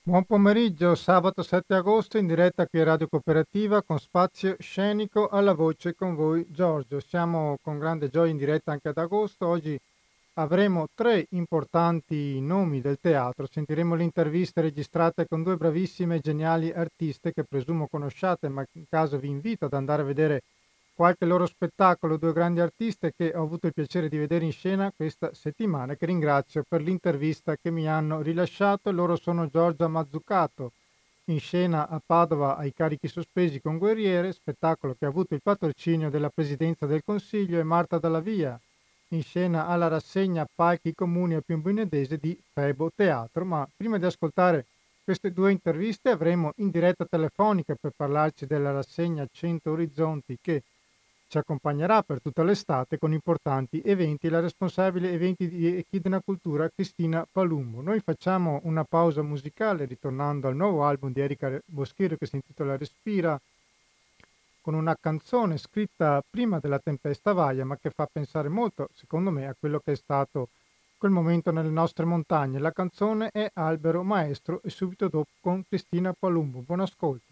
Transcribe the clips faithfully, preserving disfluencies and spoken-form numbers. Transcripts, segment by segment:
Buon pomeriggio, sabato sette agosto in diretta qui a Radio Cooperativa con spazio scenico alla voce con voi Giorgio. Siamo con grande gioia in diretta anche ad agosto. Oggi avremo tre importanti nomi del teatro. Sentiremo le interviste registrate con due bravissime e geniali artiste che presumo conosciate, ma in caso vi invito ad andare a vedere qualche loro spettacolo, due grandi artiste che ho avuto il piacere di vedere in scena questa settimana, che ringrazio per l'intervista che mi hanno rilasciato. Loro sono Giorgia Mazzucato, in scena a Padova ai Carichi Sospesi con Guerriere, spettacolo che ha avuto il patrocinio della Presidenza del Consiglio, e Marta Dalla Via, in scena alla rassegna Palchi Comuni a Piombinedese di Febo Teatro. Ma prima di ascoltare queste due interviste avremo in diretta telefonica per parlarci della rassegna cento Orizzonti che ci accompagnerà per tutta l'estate con importanti eventi la responsabile eventi di Echidna Cultura Cristina Palumbo. Noi facciamo una pausa musicale ritornando al nuovo album di Erika Boschero che si intitola Respira, con una canzone scritta prima della tempesta Vaia, ma che fa pensare molto, secondo me, a quello che è stato quel momento nelle nostre montagne. La canzone è Albero Maestro e subito dopo con Cristina Palumbo. Buon ascolto.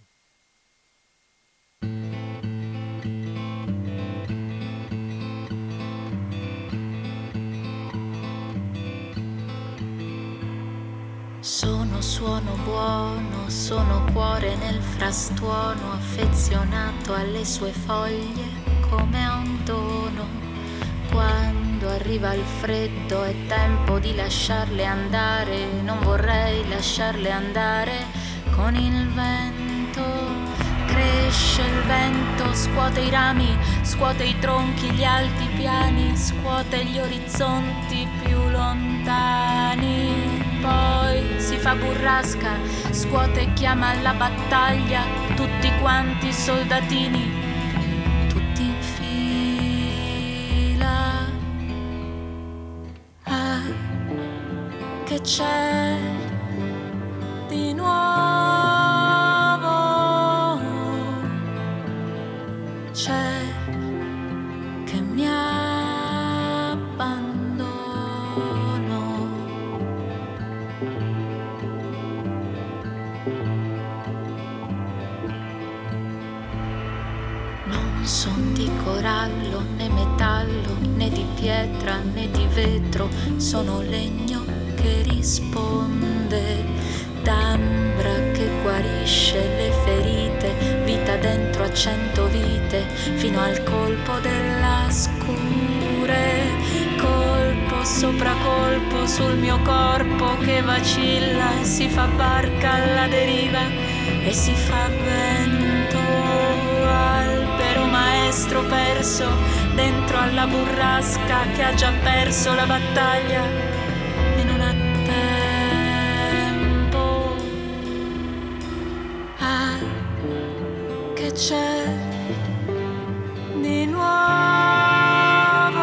Sono suono buono, sono cuore nel frastuono, affezionato alle sue foglie come a un dono. Quando arriva il freddo è tempo di lasciarle andare, non vorrei lasciarle andare con il vento. Cresce il vento, scuote i rami, scuote i tronchi, gli alti piani, scuote gli orizzonti più lontani. Poi si fa burrasca, scuote e chiama alla battaglia tutti quanti soldatini, tutti in fila. Ah, che c'è di nuovo? C'è che mi abbandono. Non son di corallo, né metallo, né di pietra, né di vetro, sono legno che risponde, d'ambra che guarisce le ferite, vita dentro a cento vite, fino al colpo della scure, colpo sopra colpo sul mio corpo che vacilla, si fa barca alla deriva e si fa vento, albero maestro perso dentro alla burrasca che ha già perso la battaglia e non ha tempo. Ah, che c'è di nuovo?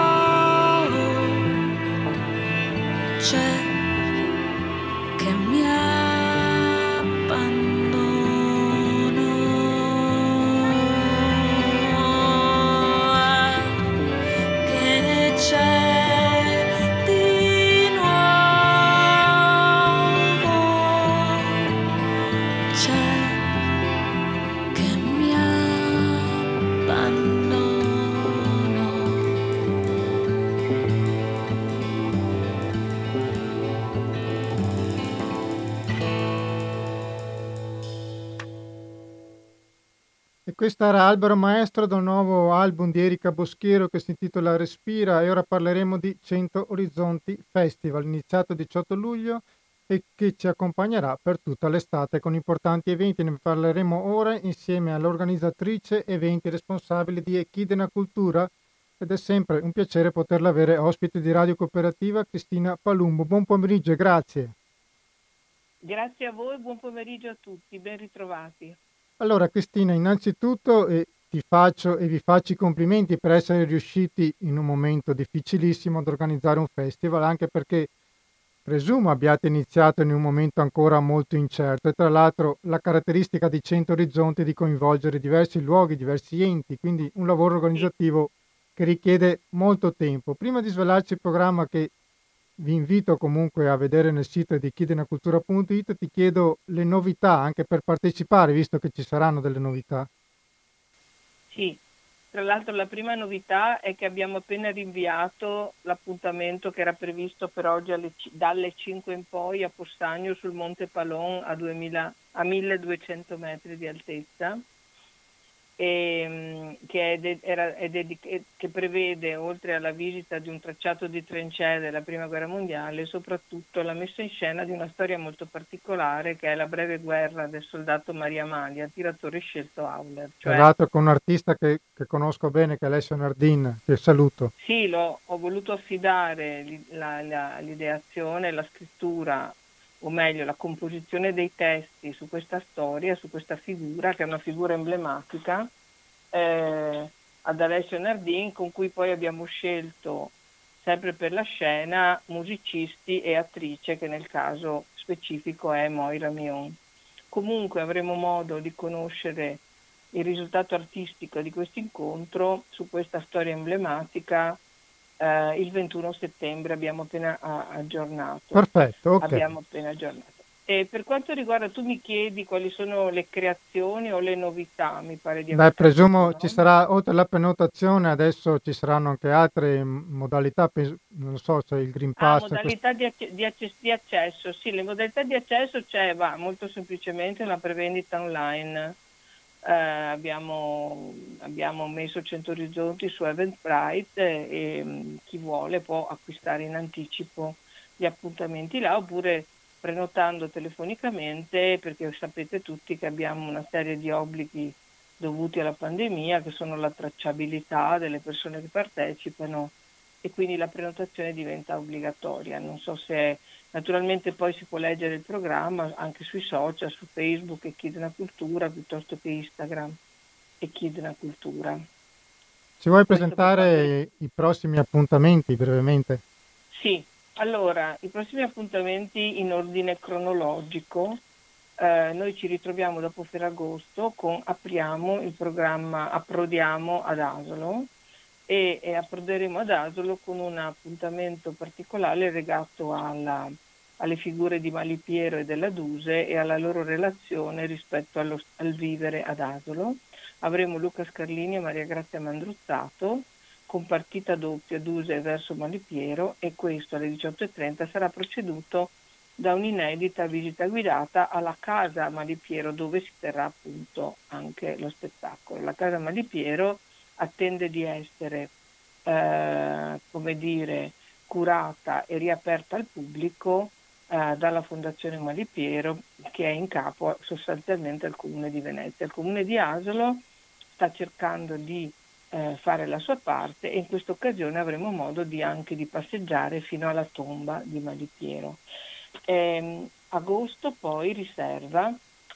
C'è che mi abbandono. Ah, che c'è di nuovo? C'è che mi abbandono. E questo era Albero Maestro dal nuovo album di Erika Boschero che si intitola Respira, e ora parleremo di cento Orizzonti Festival, iniziato il diciotto luglio e che ci accompagnerà per tutta l'estate con importanti eventi. Ne parleremo ora insieme all'organizzatrice eventi responsabile di Echidna Cultura, ed è sempre un piacere poterla avere ospite di Radio Cooperativa, Cristina Palumbo. Buon pomeriggio e grazie. Grazie a voi, buon pomeriggio a tutti, ben ritrovati. Allora Cristina, innanzitutto eh, ti faccio e vi faccio i complimenti per essere riusciti in un momento difficilissimo ad organizzare un festival, anche perché presumo abbiate iniziato in un momento ancora molto incerto, e tra l'altro la caratteristica di cento Orizzonti è di coinvolgere diversi luoghi, diversi enti, quindi un lavoro organizzativo che richiede molto tempo. Prima di svelarci il programma che vi invito comunque a vedere nel sito di chiedinacultura punto it. Ti chiedo le novità anche per partecipare, visto che ci saranno delle novità. Sì, tra l'altro la prima novità è che abbiamo appena rinviato l'appuntamento che era previsto per oggi alle ci- dalle cinque in poi a Possagno sul Monte Palon a, duemila a milleduecento metri di altezza, e, che, è de- era- è dedic- che prevede, oltre alla visita di un tracciato di trincee della Prima Guerra Mondiale, soprattutto la messa in scena di una storia molto particolare, che è la breve guerra del soldato Maria Amalia, tiratore scelto Auler. Tra Cioè, l'altro con un artista che, che conosco bene, che è Alessio Nardin, che saluto. sì, l'ho- ho voluto affidare l'i- la- la- l'ideazione, la scrittura, o meglio la composizione dei testi su questa storia, su questa figura, che è una figura emblematica, eh, ad Alessio Nardin, con cui poi abbiamo scelto, sempre per la scena, musicisti e attrice, che nel caso specifico è Moira Mion. Comunque avremo modo di conoscere il risultato artistico di questo incontro su questa storia emblematica eh, il ventuno settembre abbiamo appena a- aggiornato. Perfetto, ok. Abbiamo appena aggiornato. E per quanto riguarda, tu mi chiedi quali sono le creazioni o le novità, mi pare di Beh, aver capito, presumo ci no? sarà, oltre alla prenotazione, adesso ci saranno anche altre m- modalità, penso- non so se il Green Ah, Pass, quest- modalità di, acce- di acce- di accesso. Sì, le modalità di accesso c'è, va molto semplicemente una prevendita online. Eh, abbiamo, abbiamo messo cento orizzonti su Eventbrite e, e mh, chi vuole può acquistare in anticipo gli appuntamenti là, oppure prenotando telefonicamente, perché sapete tutti che abbiamo una serie di obblighi dovuti alla pandemia, che sono la tracciabilità delle persone che partecipano, e quindi la prenotazione diventa obbligatoria. Non so se naturalmente poi si può leggere il programma anche sui social, su Facebook e Chiedina Cultura, piuttosto che Instagram e Chiedina Cultura. ci vuoi Questo per quanto riguarda. presentare i prossimi appuntamenti brevemente? Sì, allora, i prossimi appuntamenti in ordine cronologico. Eh, noi ci ritroviamo dopo Ferragosto con apriamo il programma Approdiamo ad Asolo, e, e approderemo ad Asolo con un appuntamento particolare legato alla, alle figure di Malipiero e della Duse e alla loro relazione rispetto allo, al vivere ad Asolo. Avremo Luca Scarlini e Maria Grazia Mandruzzato con partita doppia Duse verso Malipiero, e questo alle diciotto e trenta sarà preceduto da un'inedita visita guidata alla Casa Malipiero, dove si terrà appunto anche lo spettacolo. La Casa Malipiero attende di essere, eh, come dire, curata e riaperta al pubblico eh, dalla Fondazione Malipiero, che è in capo sostanzialmente al Comune di Venezia. Il Comune di Asolo sta cercando di eh, fare la sua parte, e in questa occasione avremo modo di anche di passeggiare fino alla tomba di Malipiero. Ehm, agosto poi riserva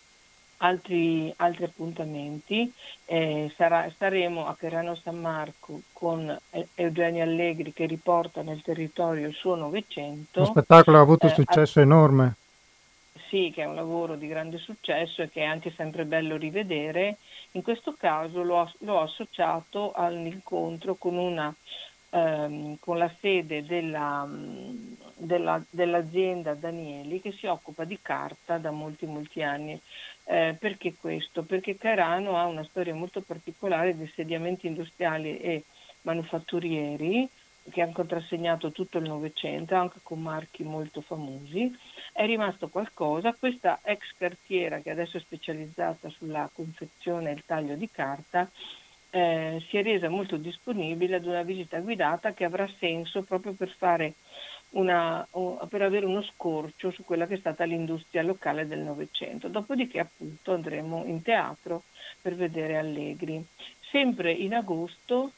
altri, altri appuntamenti. Eh, sarà, saremo a Cherano San Marco con eh, Eugenio Allegri, che riporta nel territorio il suo Lo Novecento. spettacolo ha avuto un Eh, a- successo enorme. sì, che è un lavoro di grande successo e che è anche sempre bello rivedere. In questo caso l'ho, l'ho associato all'incontro con una ehm, con la sede della, mh, della- dell'azienda Danieli, che si occupa di carta da molti molti anni. Eh, perché questo? Perché Cairano ha una storia molto particolare di insediamenti industriali e manufatturieri che hanno contrassegnato tutto il Novecento, anche con marchi molto famosi. È rimasto qualcosa. Questa ex cartiera, che adesso è specializzata sulla confezione e il taglio di carta, eh, si è resa molto disponibile ad una visita guidata che avrà senso proprio per fare una, o- per avere uno scorcio su quella che è stata l'industria locale del Novecento. Dopodiché appunto andremo in teatro per vedere Allegri. Sempre in agosto,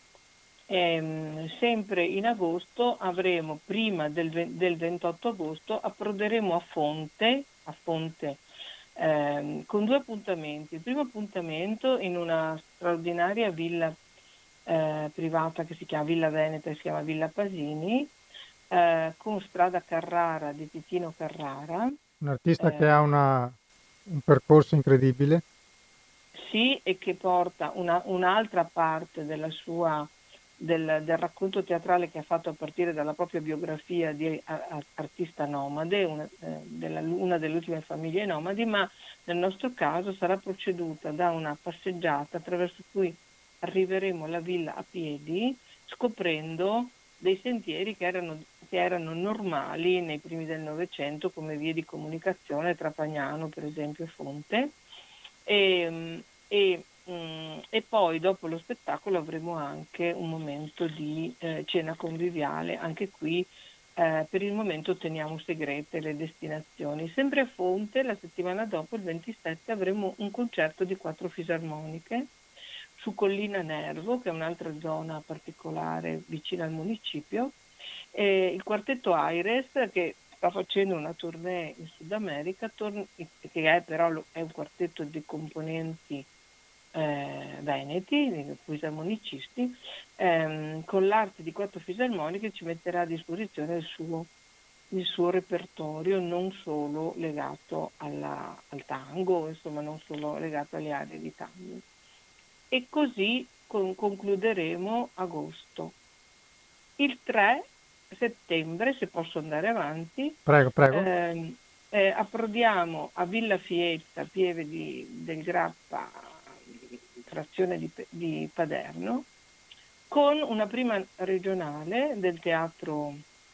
ehm, sempre in agosto avremo, prima del, ve- del ventotto agosto, approderemo a Fonte, a Fonte ehm, con due appuntamenti. Il primo appuntamento in una straordinaria villa eh, privata che si chiama Villa Veneta e si chiama Villa Pasini, eh, con Strada Carrara di Titino Carrara. Un artista che ha eh, una- un percorso incredibile. sì, e che porta una- un'altra parte della sua, del, del racconto teatrale che ha fatto a partire dalla propria biografia di a, a, artista nomade, una, eh, della, una delle ultime famiglie nomadi, ma nel nostro caso sarà proceduta da una passeggiata attraverso cui arriveremo alla villa a piedi, scoprendo dei sentieri che erano, che erano normali nei primi del Novecento come vie di comunicazione tra Pagnano, per esempio, e Fonte. E, e E poi dopo lo spettacolo avremo anche un momento di eh, cena conviviale, anche qui eh, per il momento teniamo segrete le destinazioni. Sempre a Fonte, la settimana dopo, il ventisette, avremo un concerto di quattro fisarmoniche su Collina Nervo, che è un'altra zona particolare vicina al municipio, e il quartetto Aires, che sta facendo una tournée in Sud America, tor- che è però è un quartetto di componenti Eh, veneti, fisarmonicisti, ehm, con l'arte di quattro fisarmoniche ci metterà a disposizione il suo, il suo repertorio, non solo legato alla, al tango, insomma non solo legato alle aree di tango. E così con, concluderemo agosto. Il tre settembre, se posso andare avanti, Prego, prego. ehm, eh, approdiamo a Villa Fietta, Pieve di, del Grappa, frazione di, di Paderno, con una prima regionale del teatro,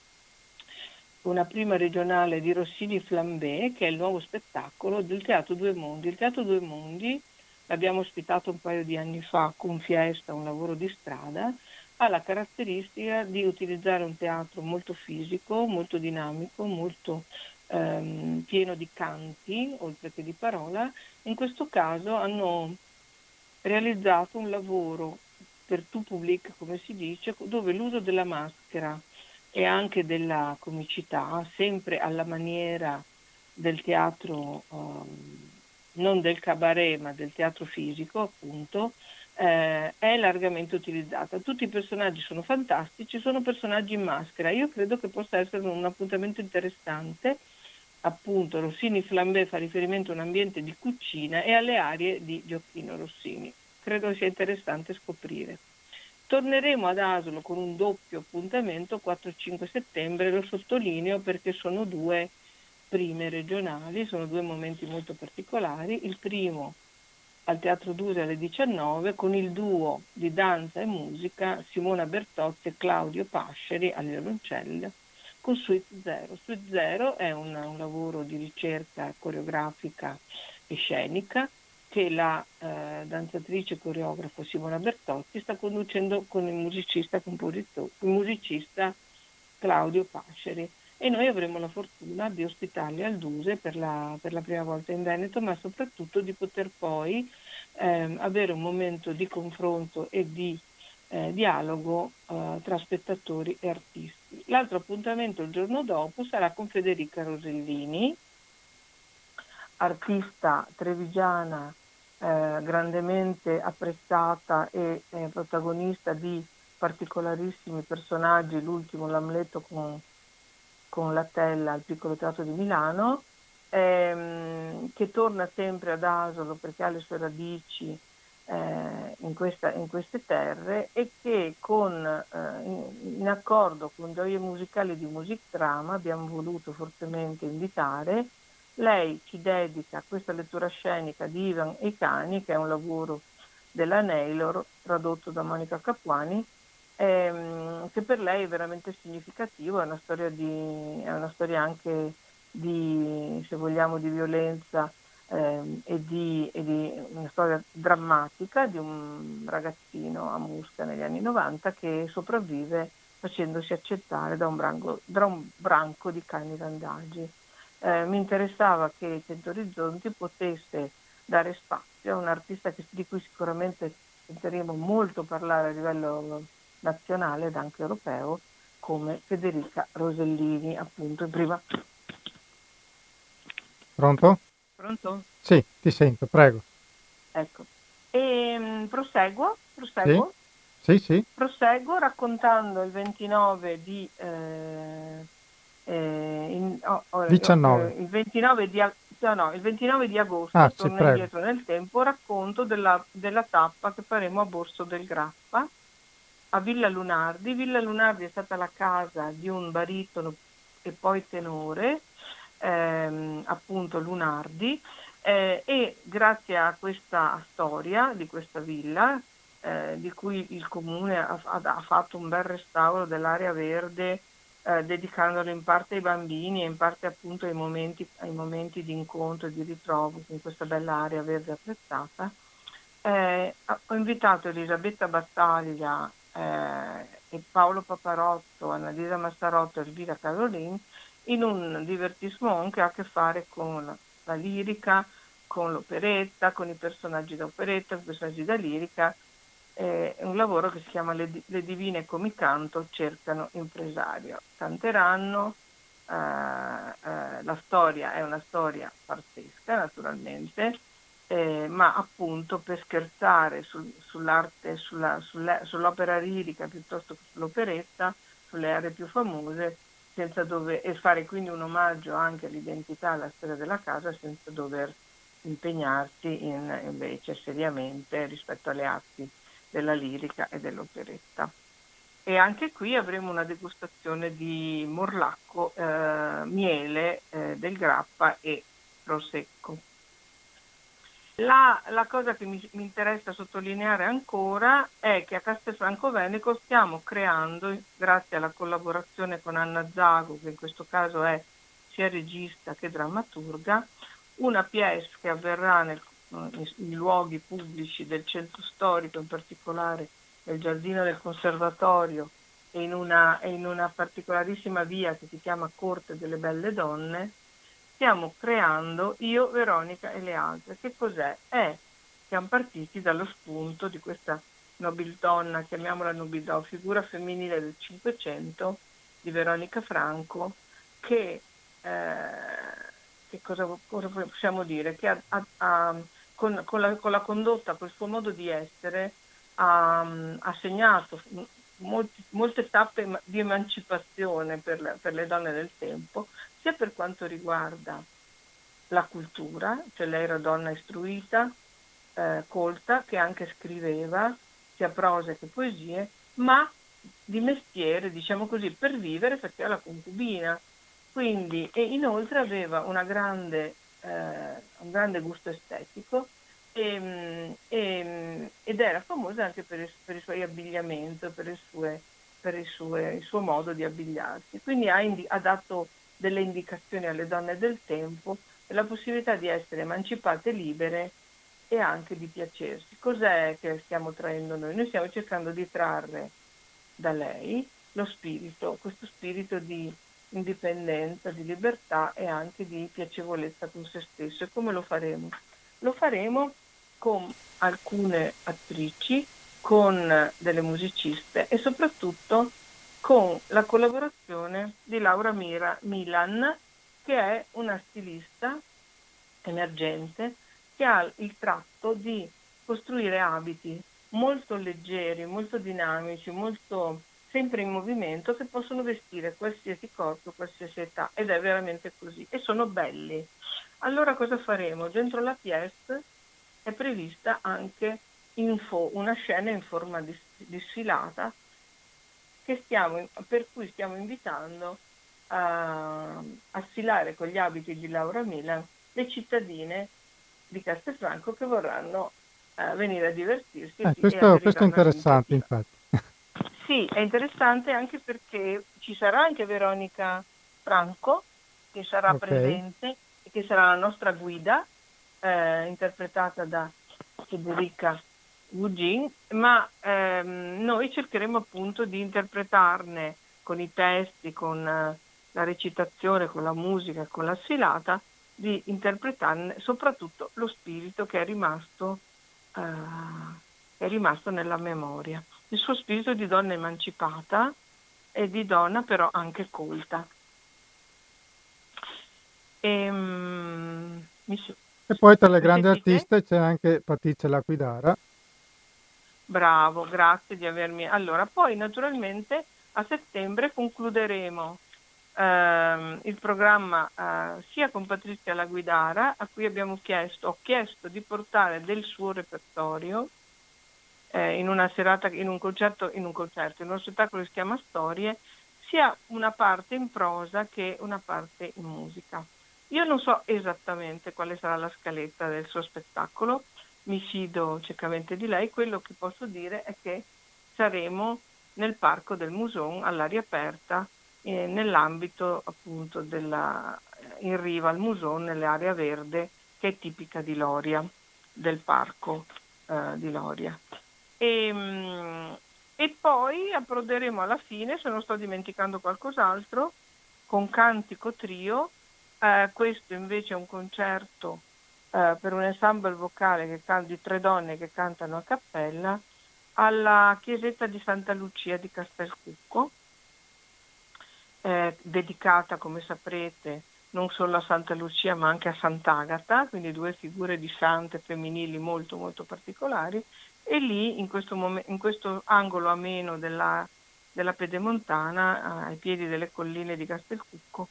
una prima regionale di Rossini Flambé, che è il nuovo spettacolo del Teatro Due Mondi. Il Teatro Due Mondi l'abbiamo ospitato un paio di anni fa con Fiesta, un lavoro di strada, ha la caratteristica di utilizzare un teatro molto fisico, molto dinamico, molto ehm, pieno di canti, oltre che di parola. In questo caso hanno realizzato un lavoro per tout public, come si dice, dove l'uso della maschera e anche della comicità, sempre alla maniera del teatro, um, non del cabaret, ma del teatro fisico, appunto, eh, è largamente utilizzata. Tutti i personaggi sono fantastici, sono personaggi in maschera. Io credo che possa essere un appuntamento interessante. Appunto, Rossini Flambé fa riferimento a un ambiente di cucina e alle arie di Gioacchino Rossini. Credo sia interessante scoprire. Torneremo ad Asolo con un doppio appuntamento quattro cinque settembre, lo sottolineo perché sono due prime regionali, sono due momenti molto particolari. Il primo al Teatro Duse alle diciannove con il duo di danza e musica Simona Bertozzi e Claudio Pasceri al violoncello, con Suite Zero. Suite Zero è un, un lavoro di ricerca coreografica e scenica che la eh, danzatrice e coreografo Simona Bertozzi sta conducendo con il musicista compositore, il musicista Claudio Pasceri, e noi avremo la fortuna di ospitarli al Duse per la, per la prima volta in Veneto, ma soprattutto di poter poi eh, avere un momento di confronto e di Eh, dialogo eh, tra spettatori e artisti. L'altro appuntamento il giorno dopo sarà con Federica Rosellini, artista trevigiana eh, grandemente apprezzata e eh, protagonista di particolarissimi personaggi, l'ultimo l'Amleto con, con la Tella al Piccolo Teatro di Milano, ehm, che torna sempre ad Asolo perché ha le sue radici Eh, in, questa, in queste terre, e che con, eh, in, in accordo con Gioie Musicali di Music Drama abbiamo voluto fortemente invitare. Lei ci dedica questa lettura scenica di Ivan e i cani, che è un lavoro della Naylor tradotto da Monica Capuani, ehm, che per lei è veramente significativo, è una storia, di, è una storia anche di, se vogliamo, di violenza Eh, e, di, e di una storia drammatica di un ragazzino a Musca negli anni novanta che sopravvive facendosi accettare da un branco, da un branco di cani randagi. Eh, mi interessava che Cento Orizzonti potesse dare spazio a un artista che, di cui sicuramente sentiremo molto parlare a livello nazionale ed anche europeo, come Federica Rosellini, appunto in prima. Pronto? Pronto? Sì, ti sento, prego. Ecco. E mh, proseguo, proseguo. Sì, sì, sì. Proseguo raccontando il ventinove di eh, eh, in, oh, oh, diciannove. eh, il ventinove di no, no, il ventinove di agosto, Ah, sì, torno prego. indietro nel tempo, racconto della, della tappa che faremo a Borso del Grappa, a Villa Lunardi. Villa Lunardi è stata la casa di un baritono e poi tenore, ehm, appunto Lunardi, eh, e grazie a questa storia di questa villa, eh, di cui il comune ha, ha, ha fatto un bel restauro dell'area verde, eh, dedicandolo in parte ai bambini e in parte appunto ai momenti, ai momenti di incontro e di ritrovo in questa bella area verde attrezzata. Eh, ho invitato Elisabetta Battaglia eh, e Paolo Paparotto, Annalisa Massarotto e Elvira Carolin in un divertissement che ha a che fare con la, la lirica, con l'operetta, con i personaggi da operetta, con i personaggi da lirica. È un lavoro che si chiama Le, Le Divine Comicanto cercano impresario. Canteranno, eh, eh, la storia è una storia farsesca naturalmente, eh, ma appunto per scherzare sul, sull'arte, sulla, sulla, sull'opera lirica piuttosto che sull'operetta, sulle aree più famose, senza dover, e fare quindi un omaggio anche all'identità, alla storia della casa, senza dover impegnarsi in, invece seriamente rispetto alle arti della lirica e dell'operetta. E anche qui avremo una degustazione di morlacco, eh, miele eh, del grappa e prosecco. La, la cosa che mi, mi interessa sottolineare ancora è che a Castelfranco Veneto stiamo creando, grazie alla collaborazione con Anna Zago, che in questo caso è sia regista che drammaturga, una pièce che avverrà nel, in luoghi pubblici del centro storico, in particolare nel giardino del conservatorio e in una, e in una particolarissima via che si chiama Corte delle Belle Donne. Stiamo creando Io, Veronica e le altre. Che cos'è? È, siamo partiti dallo spunto di questa nobildonna, chiamiamola nobildonna, figura femminile del Cinquecento, di Veronica Franco, che, eh, che cosa, cosa possiamo dire? Che ha, ha, ha, con, con, la, con la condotta, col suo modo di essere, ha, ha segnato molti, molte tappe di emancipazione per, la, per le donne del tempo, sia per quanto riguarda la cultura, cioè lei era donna istruita, eh, colta, che anche scriveva sia prose che poesie, ma di mestiere, diciamo così, per vivere faceva la concubina. Quindi, e inoltre aveva una grande, eh, un grande gusto estetico e, e, ed era famosa anche per il, per il suo abbigliamento, per, il, sue, per il, sue, il suo modo di abbigliarsi. Quindi ha, indi- ha dato delle indicazioni alle donne del tempo e la possibilità di essere emancipate, libere e anche di piacersi. Cos'è che stiamo traendo noi? Noi stiamo cercando di trarre da lei lo spirito, questo spirito di indipendenza, di libertà e anche di piacevolezza con se stesso. E come lo faremo? Lo faremo con alcune attrici, con delle musiciste e soprattutto con la collaborazione di Laura Mira Milan, che è una stilista emergente che ha il tratto di costruire abiti molto leggeri, molto dinamici, molto sempre in movimento, che possono vestire qualsiasi corpo, qualsiasi età, ed è veramente così, e sono belli. Allora cosa faremo? Dentro la pièce è prevista anche info, una scena in forma di, di sfilata che stiamo, per cui stiamo invitando a, a sfilare con gli abiti di Laura Milan le cittadine di Castelfranco che vorranno uh, venire a divertirsi Eh, e, e questo, questo è aderiranno interessante, all'iniziativa. infatti. Sì, è interessante anche perché ci sarà anche Veronica Franco che sarà Ok. presente e che sarà la nostra guida, eh, interpretata da Federica Gugin, ma ehm, noi cercheremo appunto di interpretarne con i testi, con eh, la recitazione, con la musica, con la sfilata, di interpretarne soprattutto lo spirito che è rimasto, eh, è rimasto nella memoria, il suo spirito di donna emancipata e di donna però anche colta. E, um, mi si... E poi tra le mi grandi sentite? artiste c'è anche Patrizia Laquidara. Bravo, grazie di avermi. Allora, poi naturalmente a settembre concluderemo ehm, il programma eh, sia con Patrizia Laguidara, a cui abbiamo chiesto, ho chiesto di portare del suo repertorio, eh, in una serata, in un concerto, in un concerto, in uno spettacolo che si chiama Storie, sia una parte in prosa che una parte in musica. Io non so esattamente quale sarà la scaletta del suo spettacolo, mi fido ciecamente di lei. Quello che posso dire è che saremo nel parco del Muson all'aria aperta, eh, nell'ambito appunto della, in riva al Muson, nell'area verde che è tipica di Loria, del parco eh, di Loria. E, mh, e poi approderemo alla fine, se non sto dimenticando qualcos'altro, con Cantico Trio. Eh, questo invece è un concerto eh, per un ensemble vocale che can- di tre donne che cantano a cappella alla chiesetta di Santa Lucia di Castelcucco, eh, dedicata, come saprete, non solo a Santa Lucia ma anche a Sant'Agata, quindi due figure di sante femminili molto molto particolari. E lì in questo, mom- in questo angolo ameno della, della Pedemontana, ai piedi delle colline di Castelcucco,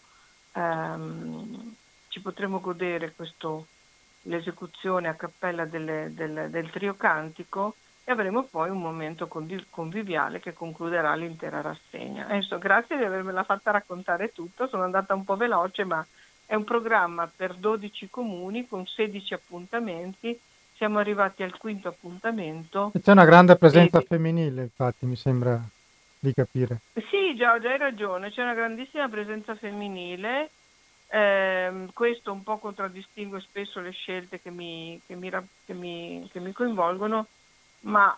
ehm, ci potremo godere questo, l'esecuzione a cappella delle, del, del trio cantico, e avremo poi un momento condiv- conviviale che concluderà l'intera rassegna. Adesso, grazie di avermela fatta raccontare tutto, sono andata un po' veloce, ma è un programma per dodici comuni con sedici appuntamenti. Siamo arrivati al quinto appuntamento. E c'è una grande presenza e... femminile, infatti, mi sembra di capire. Sì, Giorgia, hai ragione, c'è una grandissima presenza femminile. Eh, questo un po' contraddistingue spesso le scelte che mi, che mi, che mi, che mi coinvolgono, ma,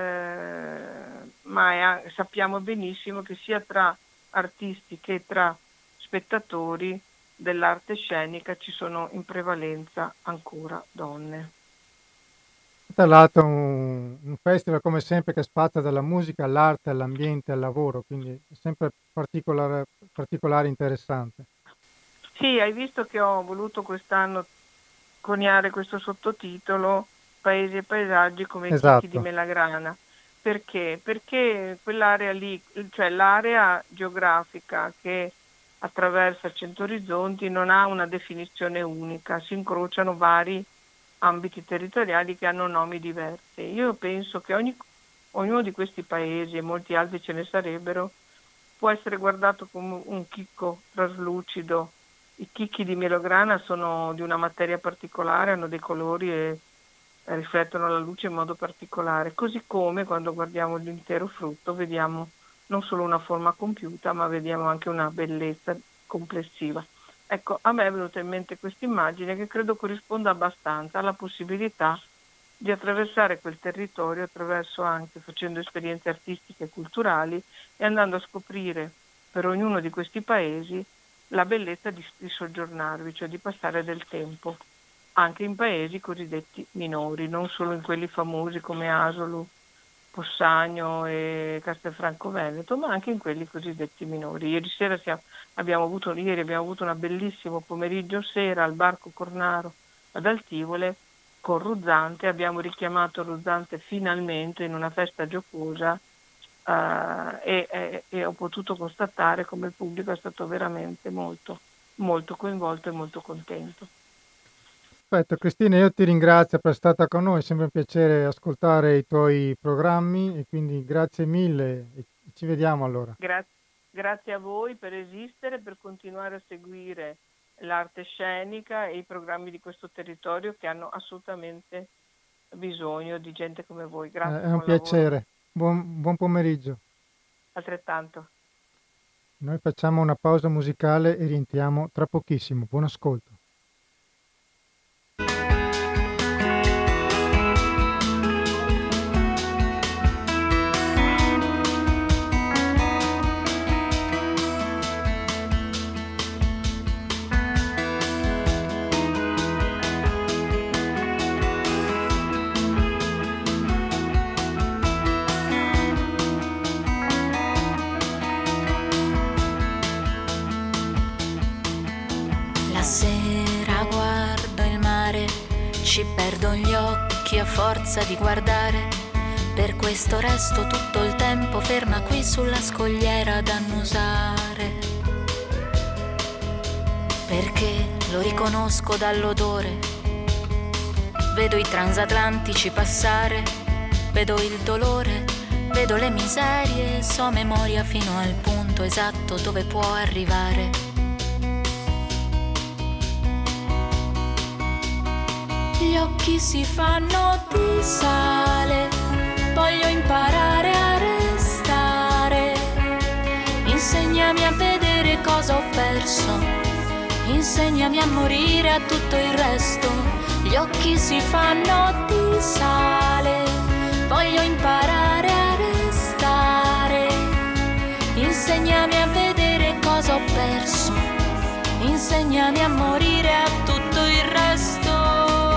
eh, ma è, sappiamo benissimo che sia tra artisti che tra spettatori dell'arte scenica ci sono in prevalenza ancora donne. Tra l'altro un, un festival come sempre che spazia dalla musica all'arte, all'ambiente, al lavoro, quindi è sempre particolare, particolare interessante. Sì, hai visto che ho voluto quest'anno coniare questo sottotitolo Paesi e paesaggi come i chicchi di Esatto. melagrana. Perché? Perché quell'area lì, cioè l'area geografica che attraversa Cento Orizzonti, non ha una definizione unica, si incrociano vari ambiti territoriali che hanno nomi diversi. Io penso che ogni, ognuno di questi paesi, e molti altri ce ne sarebbero, può essere guardato come un chicco traslucido. I chicchi di melograna sono di una materia particolare, hanno dei colori e riflettono la luce in modo particolare, così come quando guardiamo l'intero frutto vediamo non solo una forma compiuta, ma vediamo anche una bellezza complessiva. Ecco, a me è venuta in mente questa immagine che credo corrisponda abbastanza alla possibilità di attraversare quel territorio attraverso anche facendo esperienze artistiche e culturali e andando a scoprire per ognuno di questi paesi la bellezza di, di soggiornarvi, cioè di passare del tempo, anche in paesi cosiddetti minori, non solo in quelli famosi come Asolo, Possagno e Castelfranco Veneto, ma anche in quelli cosiddetti minori. Ieri sera siamo, abbiamo avuto, ieri abbiamo avuto un bellissimo pomeriggio sera al Barco Cornaro ad Altivole con Ruzzante, abbiamo richiamato Ruzzante finalmente in una festa giocosa uh, e, e, e ho potuto constatare come il pubblico è stato veramente molto, molto coinvolto e molto contento. Perfetto, Cristina, io ti ringrazio per essere stata con noi, è sempre un piacere ascoltare i tuoi programmi e quindi grazie mille e ci vediamo allora. Grazie, grazie a voi per esistere, per continuare a seguire l'arte scenica e i programmi di questo territorio che hanno assolutamente bisogno di gente come voi. Grazie. Eh, è un piacere. Buon, buon pomeriggio. Altrettanto. Noi facciamo una pausa musicale e rientriamo tra pochissimo. Buon ascolto. Ci perdo gli occhi a forza di guardare, per questo resto tutto il tempo ferma qui sulla scogliera ad annusare. Perché lo riconosco dall'odore, vedo i transatlantici passare vedo il dolore, vedo le miserie, so memoria fino al punto esatto dove può arrivare. Gli occhi si fanno di sale, voglio imparare a restare. Insegnami a vedere cosa ho perso, insegnami a morire a tutto il resto. Gli occhi si fanno di sale, voglio imparare a restare. Insegnami a vedere cosa ho perso, insegnami a morire a tutto il resto.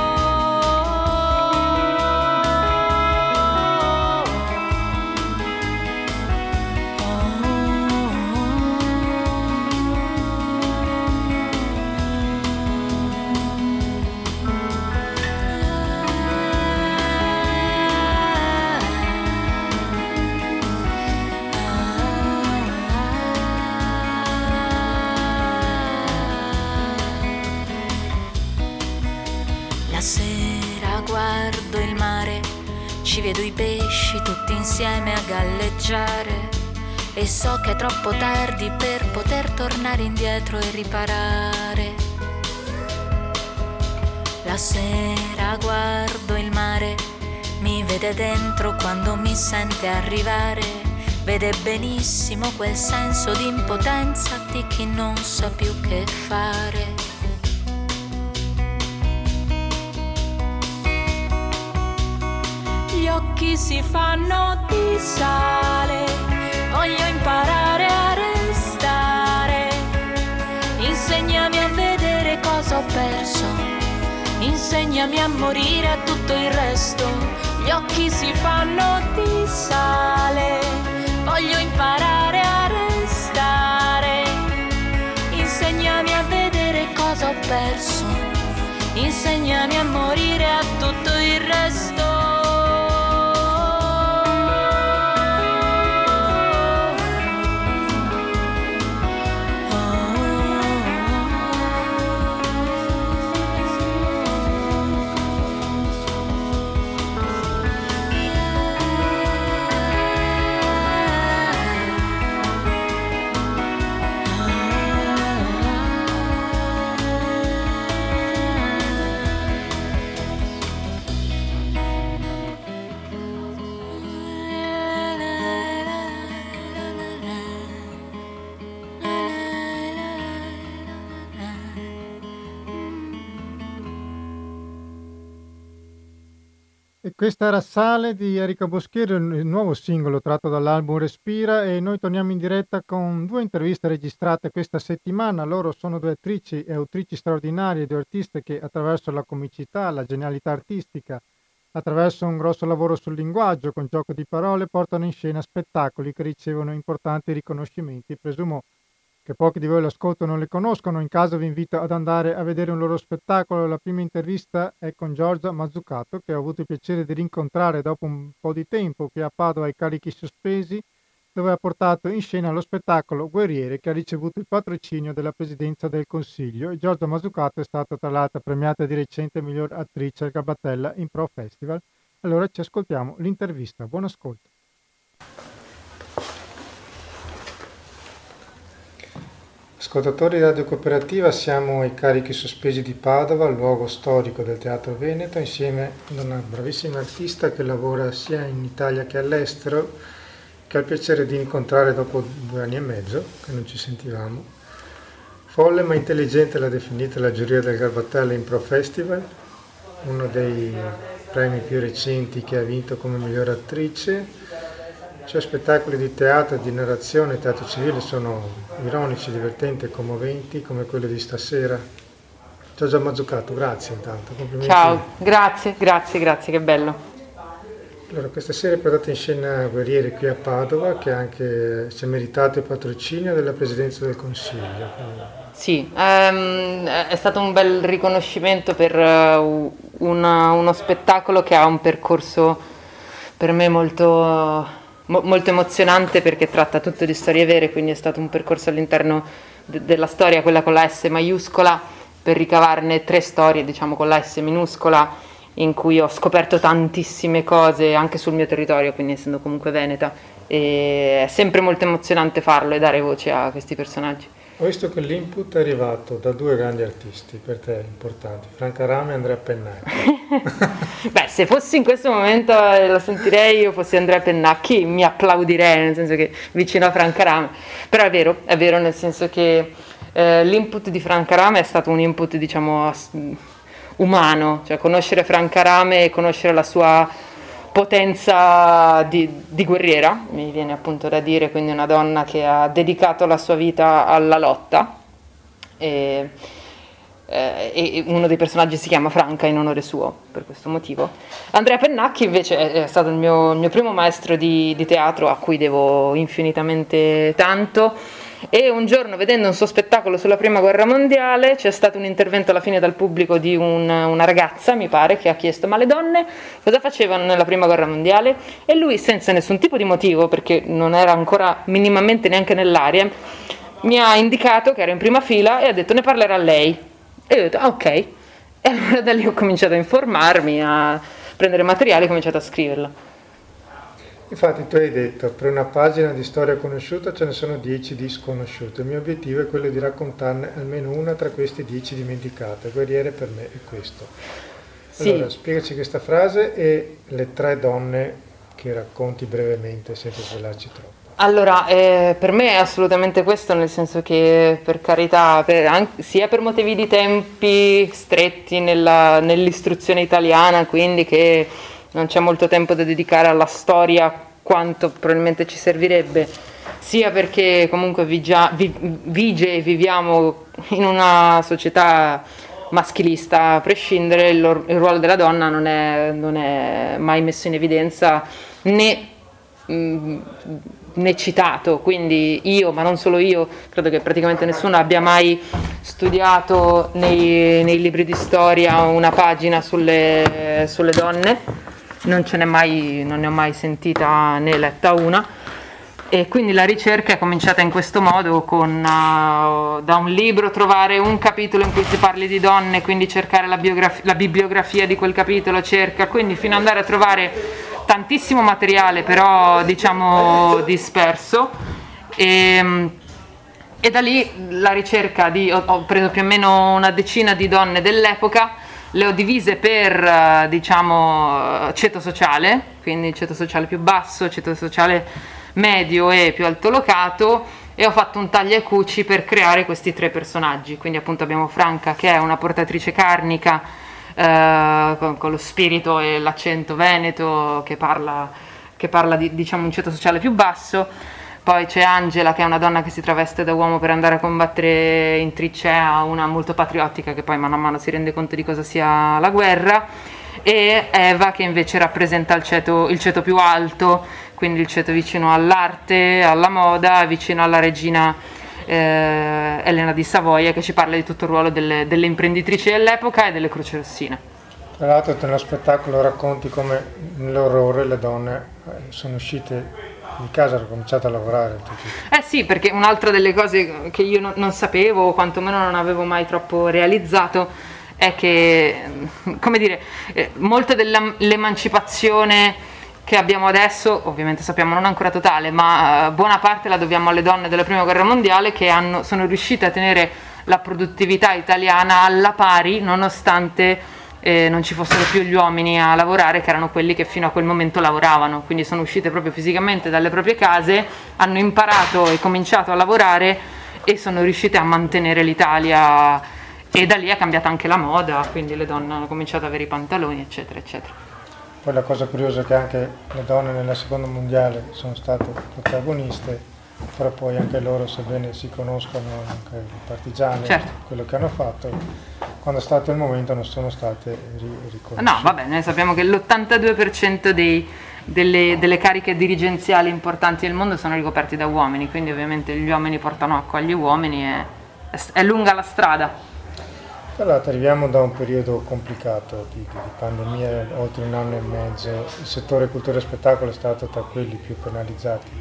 La sera guardo il mare, ci vedo i pesci tutti insieme a galleggiare e so che è troppo tardi per poter tornare indietro e riparare. La sera guardo il mare, mi vede dentro quando mi sente arrivare, vede benissimo quel senso di impotenza di chi non sa più che fare. Gli occhi si fanno di sale, voglio imparare a restare. Insegnami a vedere cosa ho perso, insegnami a morire a tutto il resto. Gli occhi si fanno di sale, voglio imparare a restare. Insegnami a vedere cosa ho perso, insegnami a morire a tutto il resto. E questa era Sale di Erika Boschieri, il nuovo singolo tratto dall'album Respira, e noi torniamo in diretta con due interviste registrate questa settimana. Loro sono due attrici e autrici straordinarie, due artiste che attraverso la comicità, la genialità artistica, attraverso un grosso lavoro sul linguaggio, con gioco di parole, portano in scena spettacoli che ricevono importanti riconoscimenti. Presumo che pochi di voi l'ascolto non le conoscono, in caso vi invito ad andare a vedere un loro spettacolo. La prima intervista è con Giorgia Mazzucato, che ho avuto il piacere di rincontrare dopo un po' di tempo qui a Padova ai Carichi Sospesi, dove ha portato in scena lo spettacolo Guerriere, che ha ricevuto il patrocinio della Presidenza del Consiglio. E Giorgia Mazzucato è stata tra l'altro premiata di recente miglior attrice al Gabatella Improv Festival. Allora ci ascoltiamo l'intervista. Buon ascolto. Ascoltatori di Radio Cooperativa, siamo ai Carichi Sospesi di Padova, luogo storico del Teatro Veneto, insieme ad una bravissima artista che lavora sia in Italia che all'estero, che ho il piacere di incontrare dopo due anni e mezzo, che non ci sentivamo. Folle ma intelligente l'ha definita la giuria del Garbatella Improv Festival, uno dei premi più recenti che ha vinto come miglior attrice. Cioè, spettacoli di teatro, di narrazione e teatro civile sono ironici, divertenti e commoventi come quello di stasera. Giorgia Mazzucato, grazie intanto, complimenti. Ciao, grazie, grazie, grazie, che bello. Allora, questa sera è portata in scena Guerriere qui a Padova, che anche si è meritato il patrocinio della Presidenza del Consiglio. Quindi... Sì, ehm, è stato un bel riconoscimento per uh, una, uno spettacolo che ha un percorso per me molto... molto emozionante, perché tratta tutto di storie vere, quindi è stato un percorso all'interno de- della storia, quella con la S maiuscola, per ricavarne tre storie, diciamo, con la S minuscola, in cui ho scoperto tantissime cose anche sul mio territorio, quindi essendo comunque veneta, e è sempre molto emozionante farlo e dare voce a questi personaggi. Ho visto che l'input è arrivato da due grandi artisti per te importanti, Franca Rame e Andrea Pennacchi. Beh, se fossi in questo momento e lo sentirei, io fossi Andrea Pennacchi, mi applaudirei, nel senso che vicino a Franca Rame. Però è vero, è vero nel senso che eh, l'input di Franca Rame è stato un input, diciamo, umano, cioè conoscere Franca Rame e conoscere la sua potenza di, di guerriera, mi viene appunto da dire, quindi una donna che ha dedicato la sua vita alla lotta, e, eh, e uno dei personaggi si chiama Franca in onore suo, per questo motivo. Andrea Pennacchi invece è, è stato il mio, il mio primo maestro di, di teatro, a cui devo infinitamente tanto. E un giorno, vedendo un suo spettacolo sulla prima guerra mondiale, c'è stato un intervento alla fine dal pubblico di un, una ragazza, mi pare, che ha chiesto: ma le donne cosa facevano nella prima guerra mondiale? E lui, senza nessun tipo di motivo, perché non era ancora minimamente neanche nell'aria, mi ha indicato che era in prima fila e ha detto: ne parlerà lei. E io ho detto: ah, ok. E allora da lì ho cominciato a informarmi, a prendere materiale e ho cominciato a scriverlo. Infatti tu hai detto, per una pagina di storia conosciuta ce ne sono dieci di sconosciute. Il mio obiettivo è quello di raccontarne almeno una tra questi dieci dimenticate. Guerriere per me è questo. Sì. Allora, spiegaci questa frase e le tre donne che racconti brevemente, senza svelarci troppo. Allora, eh, per me è assolutamente questo, nel senso che, per carità, per, anche, sia per motivi di tempi stretti nella, nell'istruzione italiana, quindi che non c'è molto tempo da dedicare alla storia quanto probabilmente ci servirebbe, sia perché comunque vigia, vi, vige e viviamo in una società maschilista a prescindere, il, il ruolo della donna non è, non è mai messo in evidenza né, mh, né citato, quindi io, ma non solo io, credo che praticamente nessuno abbia mai studiato nei, nei libri di storia una pagina sulle, sulle donne. Non ce n'è mai, non ne ho mai sentita né letta una, e quindi la ricerca è cominciata in questo modo, con uh, da un libro trovare un capitolo in cui si parli di donne, quindi cercare la, biografia, la bibliografia di quel capitolo, cerca, quindi fino ad andare a trovare tantissimo materiale, però diciamo disperso, e, e da lì la ricerca di, ho, ho preso più o meno una decina di donne dell'epoca, le ho divise per, diciamo, ceto sociale, quindi ceto sociale più basso, ceto sociale medio e più altolocato, e ho fatto un taglia e cuci per creare questi tre personaggi. Quindi appunto abbiamo Franca, che è una portatrice carnica, eh, con, con lo spirito e l'accento veneto, che parla, che parla di, diciamo, un ceto sociale più basso. Poi c'è Angela, che è una donna che si traveste da uomo per andare a combattere in trincea, una molto patriottica che poi mano a mano si rende conto di cosa sia la guerra, e Eva, che invece rappresenta il ceto, il ceto più alto, quindi il ceto vicino all'arte, alla moda, vicino alla regina eh, Elena di Savoia, che ci parla di tutto il ruolo delle, delle imprenditrici dell'epoca e delle crocerossine. Tra l'altro nello spettacolo racconti come nell'orrore le donne sono uscite di casa, hanno cominciato a lavorare. Eh sì, perché un'altra delle cose che io no, non sapevo, o quantomeno non avevo mai troppo realizzato, è che, come dire, eh, molta dell'emancipazione che abbiamo adesso, ovviamente sappiamo non ancora totale, ma eh, buona parte la dobbiamo alle donne della prima guerra mondiale, che hanno, sono riuscite a tenere la produttività italiana alla pari, nonostante Eh, non ci fossero più gli uomini a lavorare, che erano quelli che fino a quel momento lavoravano, quindi sono uscite proprio fisicamente dalle proprie case, hanno imparato e cominciato a lavorare e sono riuscite a mantenere l'Italia, e da lì è cambiata anche la moda, quindi le donne hanno cominciato ad avere i pantaloni, eccetera eccetera. Poi la cosa curiosa è che anche le donne nella seconda mondiale sono state protagoniste, però poi anche loro, sebbene si conoscono anche i partigiani, certo, quello che hanno fatto, quando è stato il momento non sono state ri- riconosciute. No, vabbè, noi sappiamo che l'ottantadue per cento dei, delle, delle cariche dirigenziali importanti del mondo sono ricoperti da uomini, quindi ovviamente gli uomini portano acqua agli uomini e è, è lunga la strada. Allora, arriviamo da un periodo complicato di, di pandemia, oltre un anno e mezzo, il settore cultura e spettacolo è stato tra quelli più penalizzati.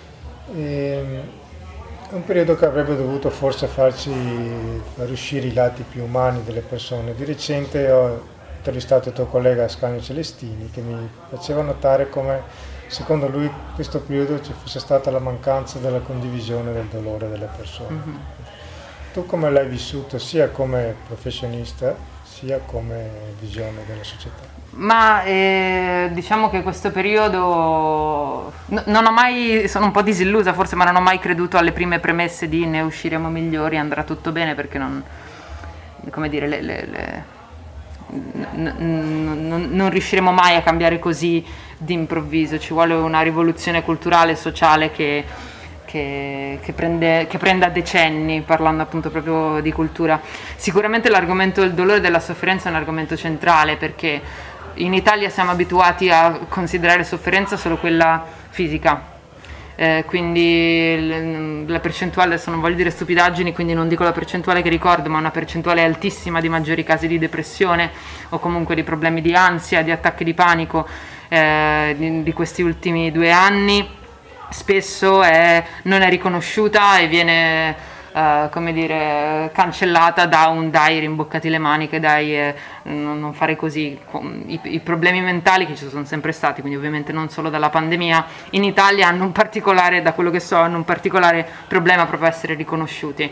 E, è un periodo che avrebbe dovuto forse farci far uscire i lati più umani delle persone. Di recente ho intervistato il tuo collega Ascanio Celestini, che mi faceva notare come secondo lui in questo periodo ci fosse stata la mancanza della condivisione del dolore delle persone. Mm-hmm. Tu come l'hai vissuto sia come professionista sia come visione della società? Ma eh, diciamo che questo periodo no, non ho mai, sono un po' disillusa forse, ma non ho mai creduto alle prime premesse di ne usciremo migliori, andrà tutto bene, perché non, come dire, le, le, le, n- n- n- non riusciremo mai a cambiare così d'improvviso, ci vuole una rivoluzione culturale e sociale che, che, che, prende, che prenda decenni, parlando appunto proprio di cultura. Sicuramente l'argomento del dolore e della sofferenza è un argomento centrale, perché in Italia siamo abituati a considerare sofferenza solo quella fisica, eh, quindi l- la percentuale, adesso non voglio dire stupidaggini, quindi non dico la percentuale che ricordo, ma una percentuale altissima di maggiori casi di depressione o comunque di problemi di ansia, di attacchi di panico eh, di, di questi ultimi due anni, spesso è, non è riconosciuta e viene Uh, come dire, cancellata da un dai, rimboccati le maniche, dai, eh, non, non fare così. I, I problemi mentali che ci sono sempre stati, quindi ovviamente non solo dalla pandemia, in Italia hanno un particolare, da quello che so, hanno un particolare problema proprio a essere riconosciuti.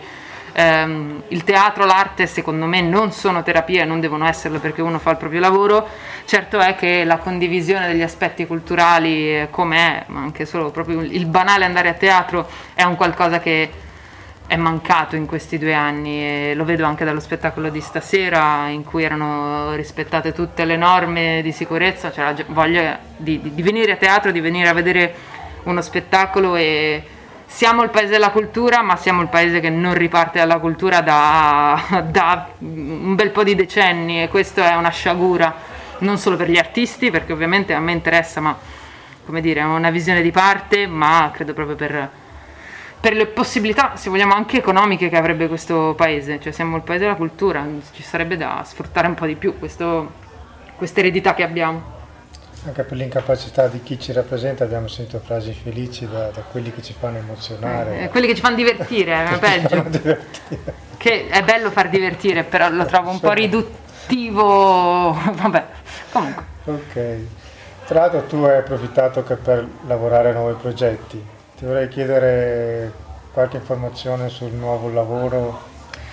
Um, il teatro, l'arte secondo me non sono terapie, non devono esserlo perché uno fa il proprio lavoro. Certo è che la condivisione degli aspetti culturali, com'è, ma anche solo proprio il banale andare a teatro, è un qualcosa che è mancato in questi due anni, e lo vedo anche dallo spettacolo di stasera, in cui erano rispettate tutte le norme di sicurezza, c'era cioè voglia di, di, di venire a teatro, di venire a vedere uno spettacolo. E siamo il paese della cultura, ma siamo il paese che non riparte dalla cultura da, da un bel po' di decenni, e questo è una sciagura non solo per gli artisti, perché ovviamente a me interessa, ma come dire, è una visione di parte, ma credo proprio per per le possibilità, se vogliamo, anche economiche che avrebbe questo paese. Cioè siamo il paese della cultura, ci sarebbe da sfruttare un po' di più questo, questa eredità che abbiamo. Anche per l'incapacità di chi ci rappresenta abbiamo sentito frasi felici da, da quelli che ci fanno emozionare. Eh, quelli che ci fanno divertire, è peggio. Divertire. Che è bello far divertire, però lo trovo un po' riduttivo, vabbè, comunque. Ok. Tra l'altro tu hai approfittato che per lavorare a nuovi progetti. Ti vorrei chiedere qualche informazione sul nuovo lavoro.